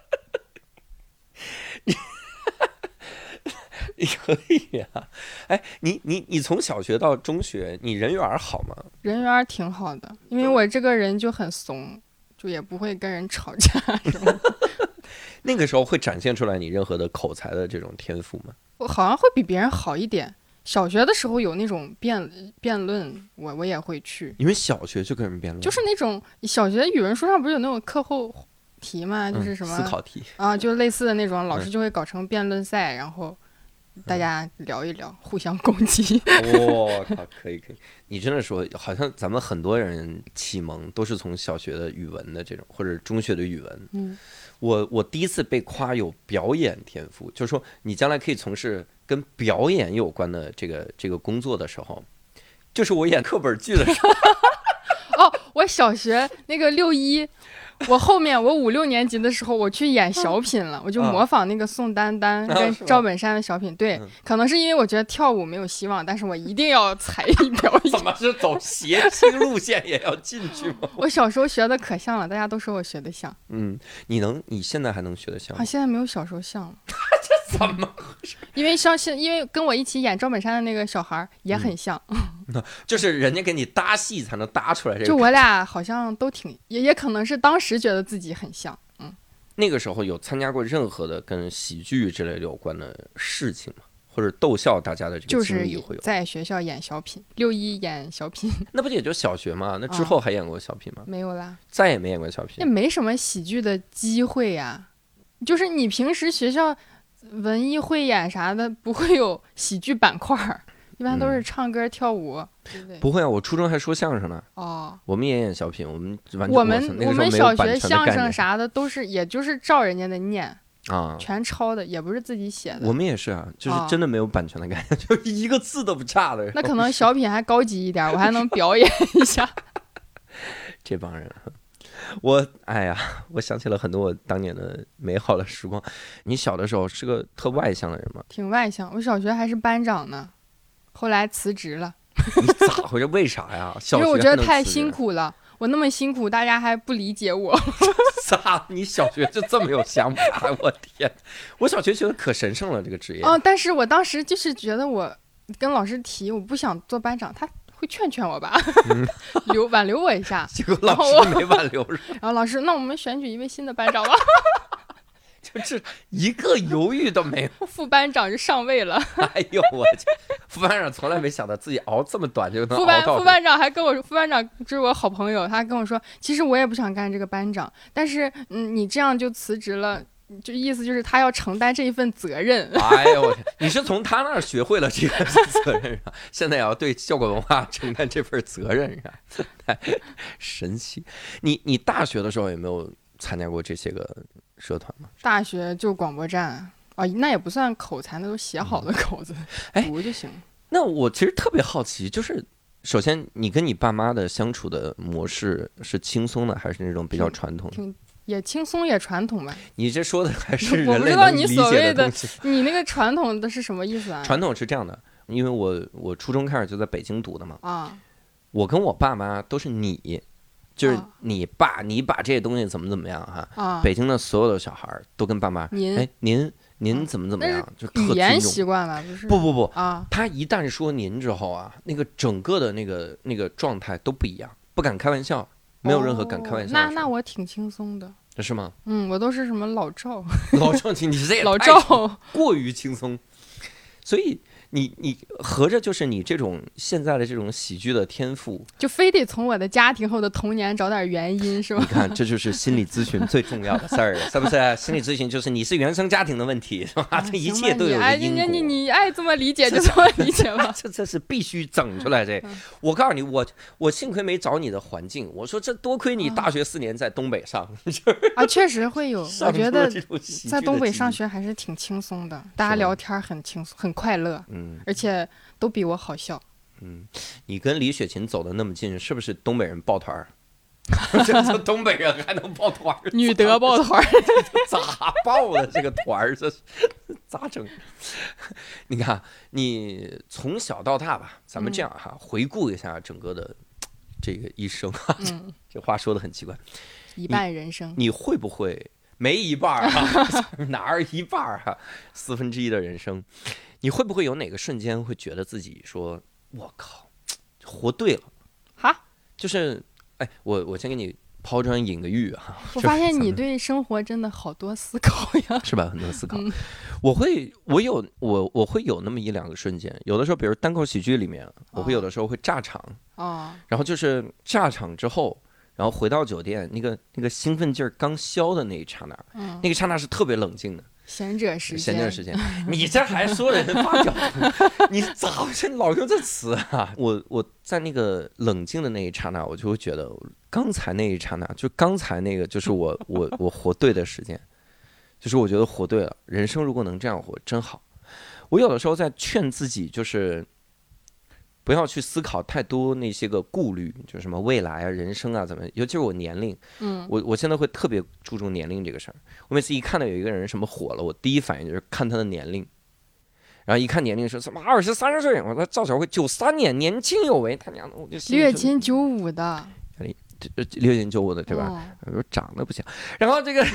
你可以啊，哎，你从小学到中学，你人缘好吗？ 人缘挺好的，因为我这个人就很怂，就也不会跟人吵架什么的。 那个时候会展现出来你任何的口才的这种天赋吗？ 我好像会比别人好一点。小学的时候有那种辩论，我也会去。 因为小学就跟人辩论， 就是那种小学语文书上不是有那种课后题嘛，就是什么思考题啊，就类似的那种，老师就会搞成辩论赛，然后大家聊一聊，互相攻击。 靠，可以，你真的说，好像咱们很多人启蒙都是从小学的语文的这种，或者中学的语文。我第一次被夸有表演天赋，就是说你将来可以从事跟表演有关的这个工作的时候，就是我演课本剧的时候。 我小学那个6一。我后面我5、6年级的时候，我去演小品了，我就模仿那个宋丹丹跟赵本山的小品。对，可能是因为我觉得跳舞没有希望，但是我一定要才艺表演。 怎么是走谐星路线也要进去吗？ 我小时候学的可像了，大家都说我学的像。 你现在还能学得像吗？ 现在没有小时候像了。 这怎么回事？ 因为跟我一起演赵本山的那个小孩也很像。 就是人家给你搭戏才能搭出来这个。 就我俩好像都也可能是当时觉得自己很像。 那个时候有参加过任何的跟喜剧之类有关的事情吗？或者逗笑大家的这个经历会有？ 就是在学校演小品，6一演小品。 那不也就小学吗？那之后还演过小品吗？ 没有啦， 再也没演过小品。 也没什么喜剧的机会呀。就是你平时学校文艺汇演啥的不会有喜剧板块，一般都是唱歌跳舞。 不会啊，我初中还说相声呢。我们也演小品，我们小学相声啥的都是，也就是照人家的念啊， 全抄的，也不是自己写的。 我们也是啊，就是真的没有版权的概念，就一个字都不差的。 那可能小品还高级一点，我还能表演一下。 这帮人，哎呀，我想起了很多我当年的美好的时光。你小的时候是个特外向的人吗？ 挺外向，我小学还是班长呢，后来辞职了。 你咋回事？为啥呀？ 因为我觉得太辛苦了。 我那么辛苦，大家还不理解我。 咋？你小学就这么有想法？我天！我小学觉得可神圣了这个职业。 哦，但是我当时就是觉得我跟老师提我不想做班长，他会劝劝我吧，挽留我一下。 结果老师没挽留。 然后老师，那我们选举一位新的班长吧。 就是一个犹豫都没有， 副班长就上位了。 哎呦我去！副班长从来没想到自己熬这么短就能熬到。 副班长还跟我说，副班长就是我好朋友，他跟我说，其实我也不想干这个班长，但是你这样就辞职了，就意思就是他要承担这一份责任。 哎呦我天！你是从他那儿学会了这个责任啊，现在也要对效果文化承担这份责任啊，太神奇！你大学的时候有没有参加过这些个社团吗？ 大学就广播站啊，那也不算口才，那都写好的口子，读就行。 那我其实特别好奇，就是首先你跟你爸妈的相处的模式是轻松的，还是那种比较传统的？ 也轻松也传统吧。 你这说的还是人类我不知道你所谓的你那个传统的是什么意思啊？ 传统是这样的，因为我初中开始就在北京读的嘛， 啊， 我跟我爸妈都是你。就是你爸，你把这些东西怎么样哈？ 啊， 北京的所有的小孩都跟爸妈，您怎么样？就特语言习惯了，不是？ 不啊， 他一旦说您之后啊，那个整个的那个状态都不一样，不敢开玩笑，没有任何敢开玩笑。 那我挺轻松的， 是吗？ 我都是什么老赵， 你这也老赵过于轻松，所以。你合着就是你这种现在的这种喜剧的天赋， 就非得从我的家庭后的童年找点原因，是吧？ 你看，这就是心理咨询最重要的事儿，是不是？心理咨询就是你是原生家庭的问题，是吧？这一切都有个因果。 你爱这么理解就这么理解吧。 这是必须整出来这。我告诉你，我幸亏没找你的环境。我说这多亏你大学4年在东北上啊，确实会有。我觉得在东北上学还是挺轻松的，大家聊天很轻松，很快乐。而且都比我好笑。 你跟李雪琴走的那么近，是不是东北人抱团儿？这东北人还能抱团儿？ 女德抱团儿， 咋抱的这个团儿？这咋整？你看，你从小到大吧，咱们这样哈，回顾一下整个的这个一生哈。这话说的很奇怪， 一半人生， 你会不会没一半啊？哪儿一半啊？1/4的人生。你会不会有哪个瞬间会觉得自己说我靠活对了哈？就是我先给你抛砖引个玉啊。 我发现你对生活真的好多思考呀， 是吧？很多思考。我会有那么1-2个瞬间，有的时候比如单口喜剧里面，我会有的时候会炸场然后就是炸场之后，然后回到酒店，那个兴奋劲儿刚消的那一刹那，那个刹那是特别冷静的。闲者时间，你这还说人发表，你咋老用这词啊？我在那个冷静的那一刹那，我就会觉得刚才那一刹那，就刚才那个就是我活对的时间，就是我觉得活对了。人生如果能这样活，真好。我有的时候在劝自己，就是不要去思考太多那些个顾虑，就是什么未来啊、人生啊怎么，尤其是我年龄，我现在会特别注重年龄这个事儿。我每次一看到有一个人什么火了，我第一反应就是看他的年龄，然后一看年龄说什么20、30岁，我说赵小慧93年，年轻有为，他娘的，我就李雪琴95的。 6年95的对吧？我说长得不行，然后这个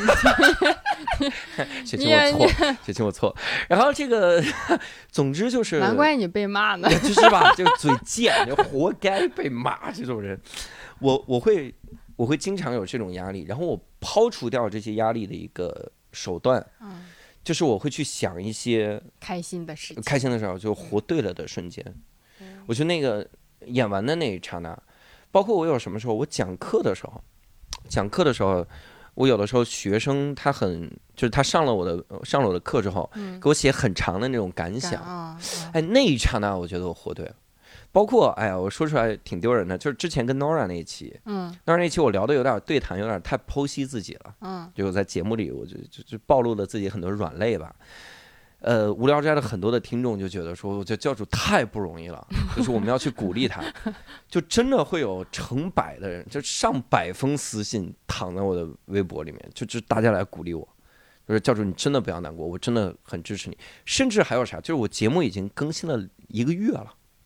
雪琴我错，然后这个总之就是难怪你被骂呢， 就是吧，就嘴贱，就活该被骂这种人。我会经常有这种压力，然后我抛除掉这些压力的一个手段，就是我会去想一些开心的事情，开心的时候就活对了的瞬间。我觉得那个演完的那一刹那。包括我有什么时候，我讲课的时候，我有的时候学生就是他上了我的课之后，给我写很长的那种感想，那一刹那我觉得我活对了。包括我说出来挺丢人的，就是之前跟 Nora 那一期，Nora 那一期我聊的有点对谈，有点太剖析自己了，就我在节目里我就暴露了自己很多软肋吧。无聊斋的很多的听众就觉得说，我这教主太不容易了，就是我们要去鼓励他，就真的会有成百的人，就上百封私信躺在我的微博里面，就大家来鼓励我，就是教主你真的不要难过，我真的很支持你。甚至还有啥，就是我节目已经更新了1个月了，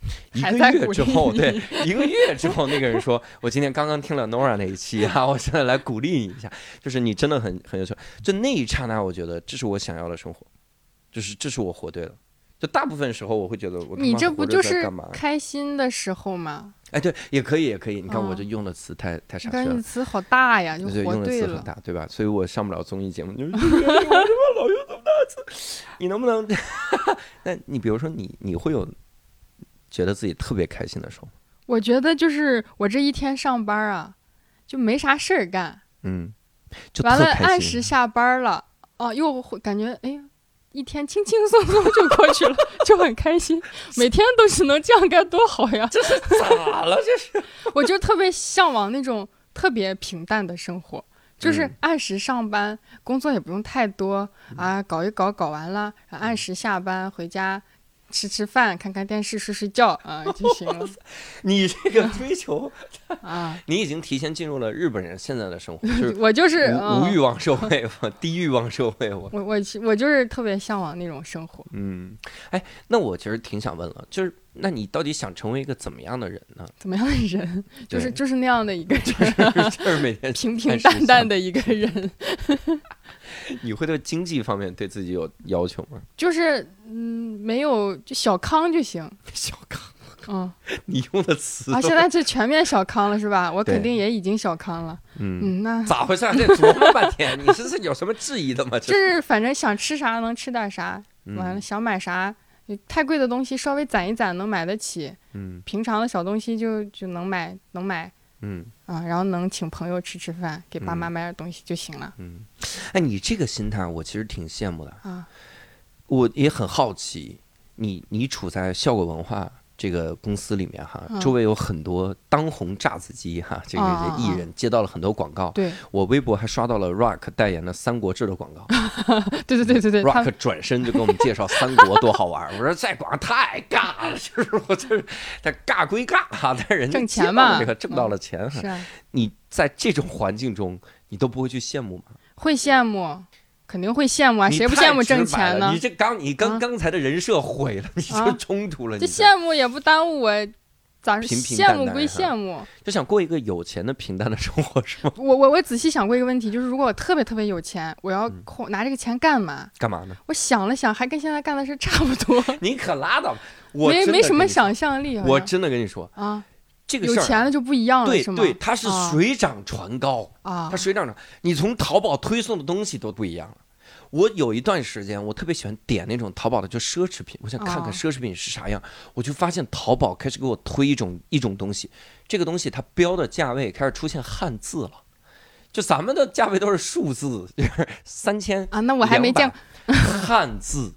一个月之后，对，一个月之后，那个人说：“我今天刚刚听了 Nora 那一期啊，我现在来鼓励你一下，就是你真的很优秀。”就那一刹那，我觉得这是我想要的生活，就是这是我活对了。就大部分时候我会觉得我你这不就是开心的时候吗？ 哎，对，也可以。你看我这用的词太傻车了， 你词好大呀，就活对了， 用的词很大，对吧？所以我上不了综艺节目，就是我怎么老用这么大词？你能不能？那你比如说你会有觉得自己特别开心的时候吗？ 我觉得就是我这一天上班啊，就没啥事儿干， 就完了按时下班了，又会感觉哎。一天轻轻松松就过去了，就很开心。每天都是能这样该多好呀！ 这是咋了？这是， 我就特别向往那种特别平淡的生活，就是按时上班，工作也不用太多啊，搞一搞完了，按时下班回家。吃饭，看看电视，睡觉啊就行了。 你这个追求啊，你已经提前进入了日本人现在的生活。 我就是无欲望社会，低欲望社会。 我就是特别向往那种生活。 哎，那我其实挺想问了，就是那你到底想成为一个怎么样的人呢？ 怎么样的人？就是那样的一个人， 就是每天平平淡淡的一个人。 你会对经济方面对自己有要求吗？ 就是没有，就小康就行。 小康，你用的词现在就全面小康了是吧？我肯定也已经小康了。那咋回事？这琢磨半天，你是有什么质疑的吗？ 就是反正想吃啥能吃点啥，完了想买啥，太贵的东西稍微攒一攒能买得起。平常的小东西就能买。然后能请朋友吃饭，给爸妈买点东西就行了。 哎，你这个心态我其实挺羡慕的啊。我也很好奇，你处在效果文化这个公司里面哈，周围有很多当红炸子鸡哈，这个艺人接到了很多广告。 对， 我微博还刷到了 Rock 代言的《三国志》的广告。 对 ，Rock 转身就给我们介绍三国多好玩。我说这广告太尬了，就是我这他尬归尬哈，但人家挣钱嘛， 这个挣到了钱哈。 是啊， 你在这种环境中，你都不会去羡慕吗？ 会羡慕。肯定会羡慕啊，谁不羡慕挣钱呢？ 你刚才的人设毁了，你就冲突了。 这羡慕也不耽误我，咋羡慕归羡慕， 就想过一个有钱的平淡的生活是吗？ 我仔细想过一个问题，就是如果我特别特别有钱，我要拿这个钱干嘛？ 干嘛呢？ 我想了想，还跟现在干的事差不多。 你可拉倒吧， 没什么想象力。 我真的跟你说啊。 这个事儿有钱了就不一样了，是吗？ 对，它是水涨船高啊，它水涨船，你从淘宝推送的东西都不一样了。我有一段时间，我特别喜欢点那种淘宝的就奢侈品，我想看看奢侈品是啥样，我就发现淘宝开始给我推一种东西，这个东西它标的价位开始出现汉字了，就咱们的价位都是数字，就是3000 啊，那我还没见汉字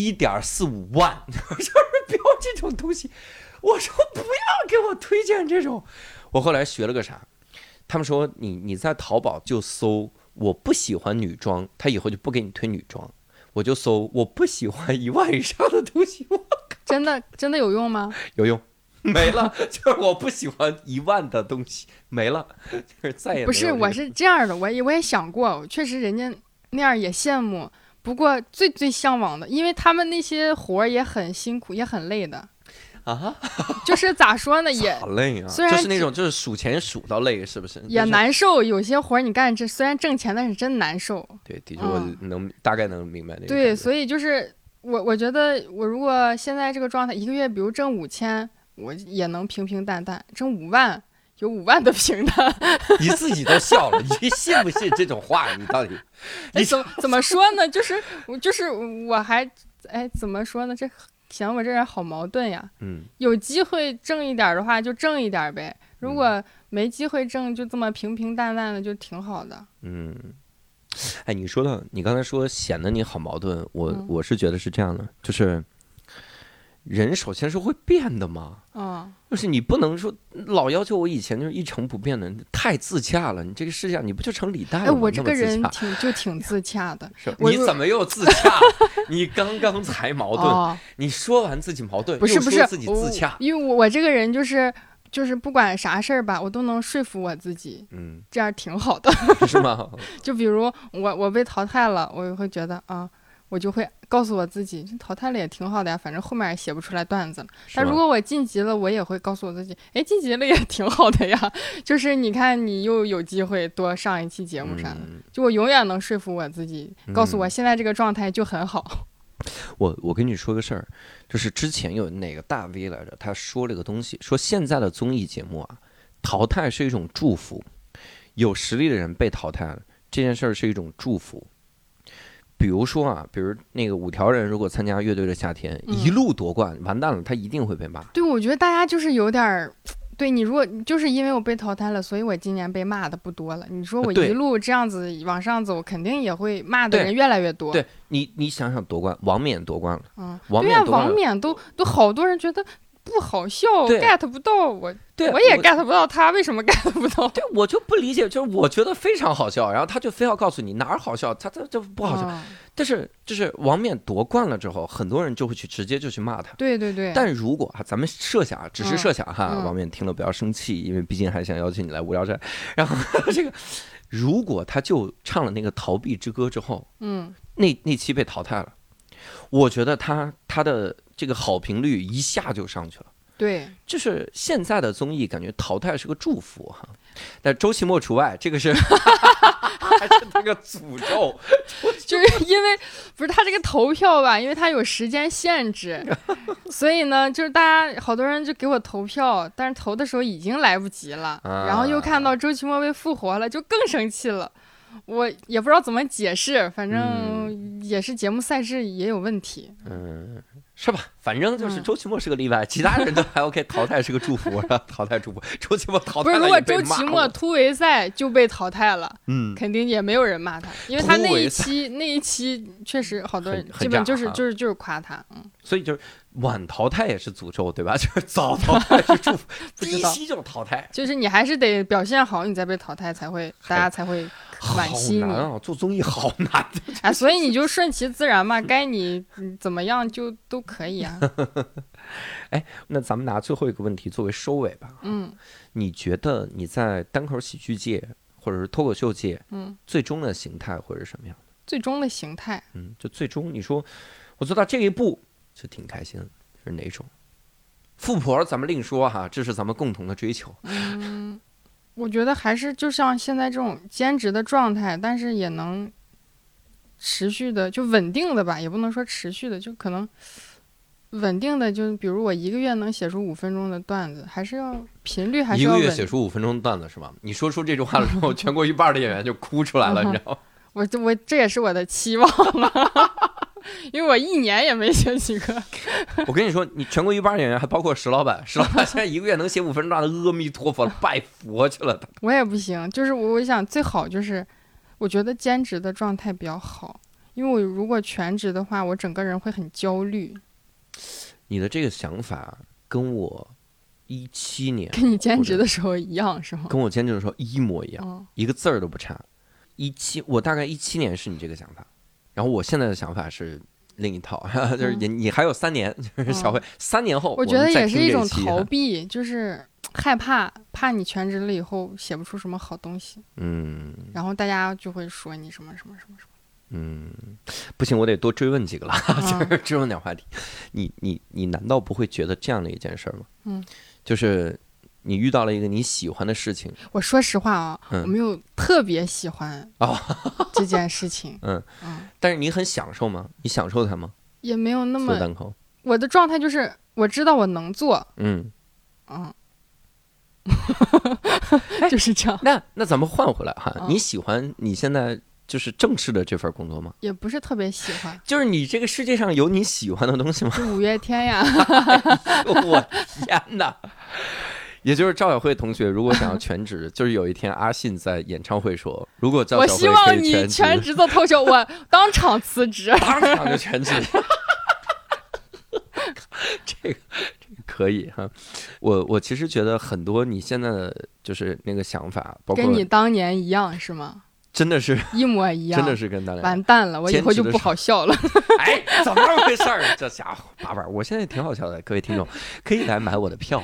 1.45万，就是标这种东西。我说不要给我推荐这种。我后来学了个啥，他们说你在淘宝就搜我不喜欢女装，他以后就不给你推女装。我就搜我不喜欢1万以上的东西。 真的有用吗？ 有用，没了。就是我不喜欢1万的东西没了，就是再也没有。 不是，我是这样的，我也想过，确实人家那样也羡慕，不过最向往的，因为他们那些活也很辛苦，也很累的。 啊， 就是咋说呢，也累啊，虽然就是那种就是数钱数到累，是不是？ 也难受，有些活你干这虽然挣钱，但是真难受。 对，的确我大概能明白那个。 对，所以就是我觉得我如果现在这个状态，一个月比如挣5000，我也能平平淡淡；挣5万，有5万的平淡。 你自己都笑了，你信不信这种话？你到底你怎么说呢？就是我还怎么说呢？这。想我这人好矛盾呀，有机会挣一点的话就挣一点呗，如果没机会挣，就这么平平淡淡的就挺好的。 哎，你刚才说显得你好矛盾，我是觉得是这样的，就是人首先是会变的嘛，就是你不能说老要求我以前就是一成不变的，太自洽了。你这个世界你不就成李诞了吗？ 我这个人挺自洽的。 你怎么又自洽？你刚刚才矛盾，你说完自己矛盾， 不是自己自洽。 因为我这个人就是不管啥事儿吧，我都能说服我自己，这样挺好的， 是吗？ 就比如我被淘汰了，我会觉得我就会告诉我自己，淘汰了也挺好的呀，反正后面也写不出来段子了。但如果我晋级了，我也会告诉我自己，哎，晋级了也挺好的呀。就是你看，你又有机会多上一期节目啥的，就我永远能说服我自己，告诉我现在这个状态就很好。 我跟你说个事儿，就是之前有哪个大 V 来着，他说了个东西，说现在的综艺节目啊，淘汰是一种祝福，有实力的人被淘汰了，这件事儿是一种祝福。比如说啊，比如那个五条人如果参加乐队的夏天，一路夺冠，完蛋了，他一定会被骂。 对，我觉得大家就是有点儿。对你，如果就是因为我被淘汰了，所以我今年被骂的不多了。你说我一路这样子往上走，肯定也会骂的人越来越多。 对你想想夺冠，王冕夺冠了， 对呀，王冕都好多人觉得不好笑 ，get 不到我也 get 不到他为什么 get 不到。 对，我就不理解，就是我觉得非常好笑，然后他就非要告诉你哪儿好笑，他这不好笑。但是就是王冕夺冠了之后，很多人就会直接就去骂他。 对对对。 但如果咱们设想，只是设想哈，王冕听了不要生气，因为毕竟还想邀请你来无聊斋。然后这个，如果他就唱了那个逃避之歌之后，那期被淘汰了，我觉得他的这个好评率一下就上去了。 对， 就是现在的综艺感觉淘汰是个祝福哈，但周奇墨除外，这个是还是那个诅咒， 就是因为不是他这个投票吧，因为他有时间限制，所以呢，就是大家好多人就给我投票，但是投的时候已经来不及了，然后又看到周奇墨被复活了，就更生气了。我也不知道怎么解释，反正也是节目赛制也有问题。 是吧？反正就是周奇墨是个例外，其他人都还 OK。淘汰是个祝福，淘汰祝福。周奇墨淘汰了， 不是，如果周奇墨突围赛就被淘汰了，肯定也没有人骂他，因为他那一期确实好多人基本就是夸他， 所以就是晚淘汰也是诅咒，对吧？就是早淘汰是祝福，第一期就淘汰， 就是你还是得表现好，你再被淘汰才会，大家才会惋惜你。 好难啊，做综艺好难啊，所以你就顺其自然嘛，该你怎么样就都可以啊。 哎，那咱们拿最后一个问题作为收尾吧。你觉得你在单口喜剧界或者是脱口秀界，最终的形态会是什么样的？ 最终的形态， 就最终你说我做到这一步就挺开心的，是哪种？富婆咱们另说哈，这是咱们共同的追求。 我觉得还是就像现在这种兼职的状态，但是也能持续的就稳定的吧，也不能说持续的，就可能稳定的，就比如我一个月能写出5分钟的段子，还是要频率还是要一个月写出5分钟的段子是吧？你说出这句话的时候，全国一半的演员就哭出来了，你知道吗？ 我这也是我的期望因为我1年也没写几个。 我跟你说，你全国一半演员还包括石老板现在一个月能写5分钟段子，阿弥陀佛，拜佛去了。 我也不行，就是我想最好就是我觉得兼职的状态比较好，因为我如果全职的话，我整个人会很焦虑。 你的这个想法跟我17年跟你兼职的时候一样是吗？ 跟我兼职的时候一模一样，一个字儿都不差。我大概17年是你这个想法，然后我现在的想法是另一套，就是你还有3年，就是小慧3年后， 我觉得也是一种逃避，就是害怕你全职了以后写不出什么好东西，然后大家就会说你什么什么什么什么。 不行，我得多追问几个了，就是追问点话题。你难道不会觉得这样的一件事吗？就是你遇到了一个你喜欢的事情。我说实话啊，我没有特别喜欢这件事情。 但是你很享受吗？你享受它吗？ 也没有那么。 单口。我的状态就是我知道我能做。就是这样。 那咱们换回来哈，你喜欢你现在就是正式的这份工作吗？ 也不是特别喜欢。 就是你这个世界上有你喜欢的东西吗？ 是5月天呀。 我天哪！也就是赵小慧同学，如果想要全职，就是有一天阿信在演唱会说，如果赵小慧可以我希望你全职做脱口秀，我当场辞职， 当场就全职。这个可以哈。我其实觉得很多你现在的就是那个想法，包括跟你当年一样是吗？ 真的是一模一样， 真的是跟当年完蛋了，我以后就不好笑了。 哎，怎么回事儿？这家伙八板，我现在挺好笑的，各位听众可以来买我的票。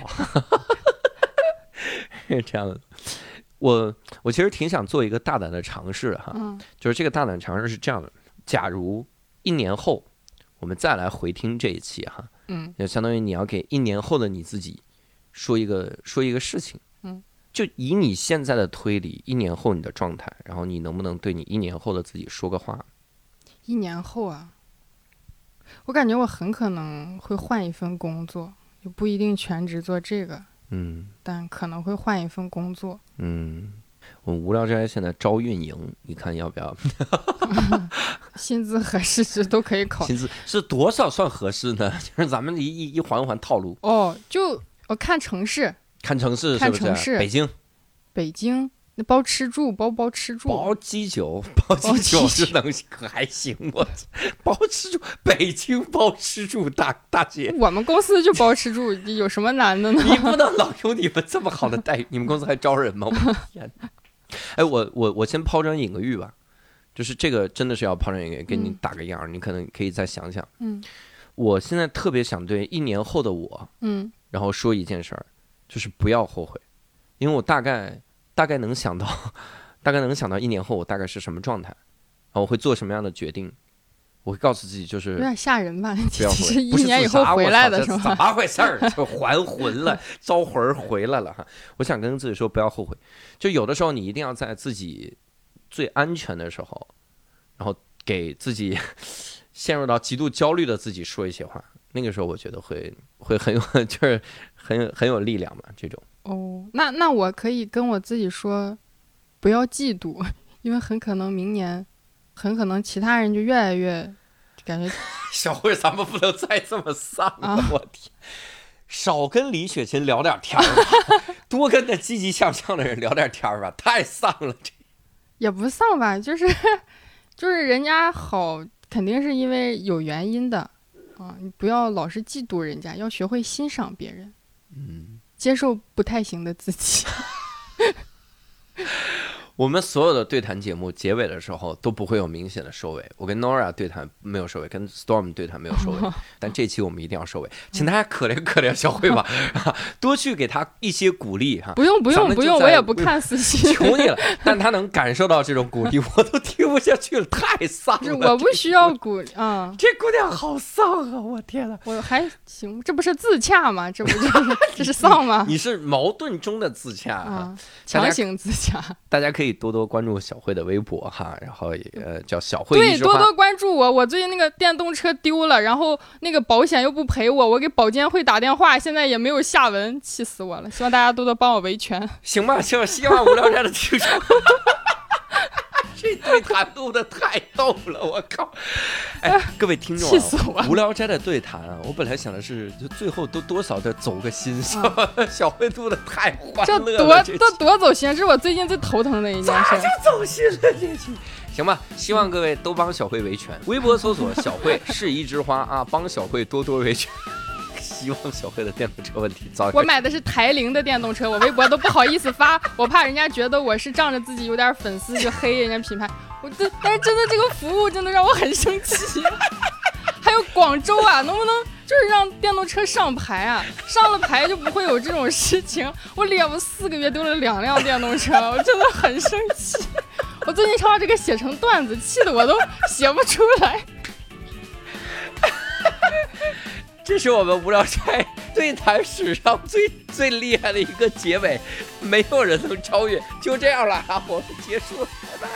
这样的，我其实挺想做一个大胆的尝试哈，就是这个大胆尝试是这样的：假如 1年后我们再来回听这一期哈，就相当于你要给1年后的你自己说一个事情，就以你现在的推理，1年后你的状态，然后你能不能对你1年后的自己说个话 ？1年后啊，我感觉我很可能会换一份工作，也不一定全职做这个，但可能会换一份工作。 我们无聊斋现在招运营，你看要不要？ 薪资合适值都可以考。 薪资是多少算合适呢？就是咱们一环一环套路。 就我看城市， 看城市是不是？北京那包吃住，包吃住，包鸡酒是能还行，我包吃住，北京包吃住，大姐， 我们公司就包吃住，有什么难的呢？ 你不能老有你们这么好的待遇，你们公司还招人吗？我天！哎，我先抛砖引个玉吧，就是这个真的是要抛砖引玉，给你打个样，你可能可以再想想。我现在特别想对1年后的我，然后说一件事儿，就是不要后悔，因为我大概能想到1年后我大概是什么状态，然后我会做什么样的决定，我会告诉自己就是有点吓人吧？ 不要回， 是1年以后回来的是吗？ 怎么回事儿？就还魂了，招魂回来了哈！我想跟自己说不要后悔，就有的时候你一定要在自己最安全的时候，然后给自己陷入到极度焦虑的自己说一些话，那个时候我觉得会很有，就是很有力量嘛，这种。 那我可以跟我自己说，不要嫉妒，因为很可能明年，很可能其他人就越来越感觉。 小慧，咱们不能再这么丧了，我天！少跟李雪琴聊点天吧，多跟那积极向上的人聊点天吧，太丧了。这也不丧吧，就是人家好，肯定是因为有原因的啊！你不要老是嫉妒人家，要学会欣赏别人。接受不太行的自己。 我们所有的对谈节目结尾的时候都不会有明显的收尾，我跟 Nora 对谈没有收尾，跟 Storm 对谈没有收尾，但这期我们一定要收尾，请大家可怜可怜小慧吧，多去给他一些鼓励哈。 不用，我也不看私信， 求你了。但他能感受到这种鼓励，我都听不下去了，太丧了。 我不需要鼓励啊， 这姑娘好丧啊！我天哪， 我还行，这不是自洽吗？这不就是这是丧吗？ 你是矛盾中的自洽啊， 强行自洽。 大家可以多多关注小慧的微博哈，然后叫小慧对，多多关注我。我最近那个电动车丢了，然后那个保险又不赔我给保监会打电话，现在也没有下文，气死我了。希望大家多多帮我维权。 行吧，希望无聊斋的听众。这对谈录的太逗了，我靠！哎，各位听众啊，无聊斋的对谈啊，我本来想的是，就最后都多少的走个心，小慧录的太欢乐了， 这多走心，这是我最近最头疼的一件事。 咋就走心了这期？行吧，希望各位都帮小慧维权，微博搜索小慧是一枝花啊，帮小慧多多维权。希望小慧的电动车问题早点。 我买的是台铃的电动车，我微博都不好意思发，我怕人家觉得我是仗着自己有点粉丝就黑人家品牌。但是真的这个服务真的让我很生气。还有广州啊，能不能就是让电动车上牌啊？上了牌就不会有这种事情。我4个月丢了2辆电动车，我真的很生气。我最近常把这个写成段子，气得我都写不出来。 这是我们无聊斋对谈史上最厉害的一个结尾，没有人能超越。就这样了，我们结束了，拜拜。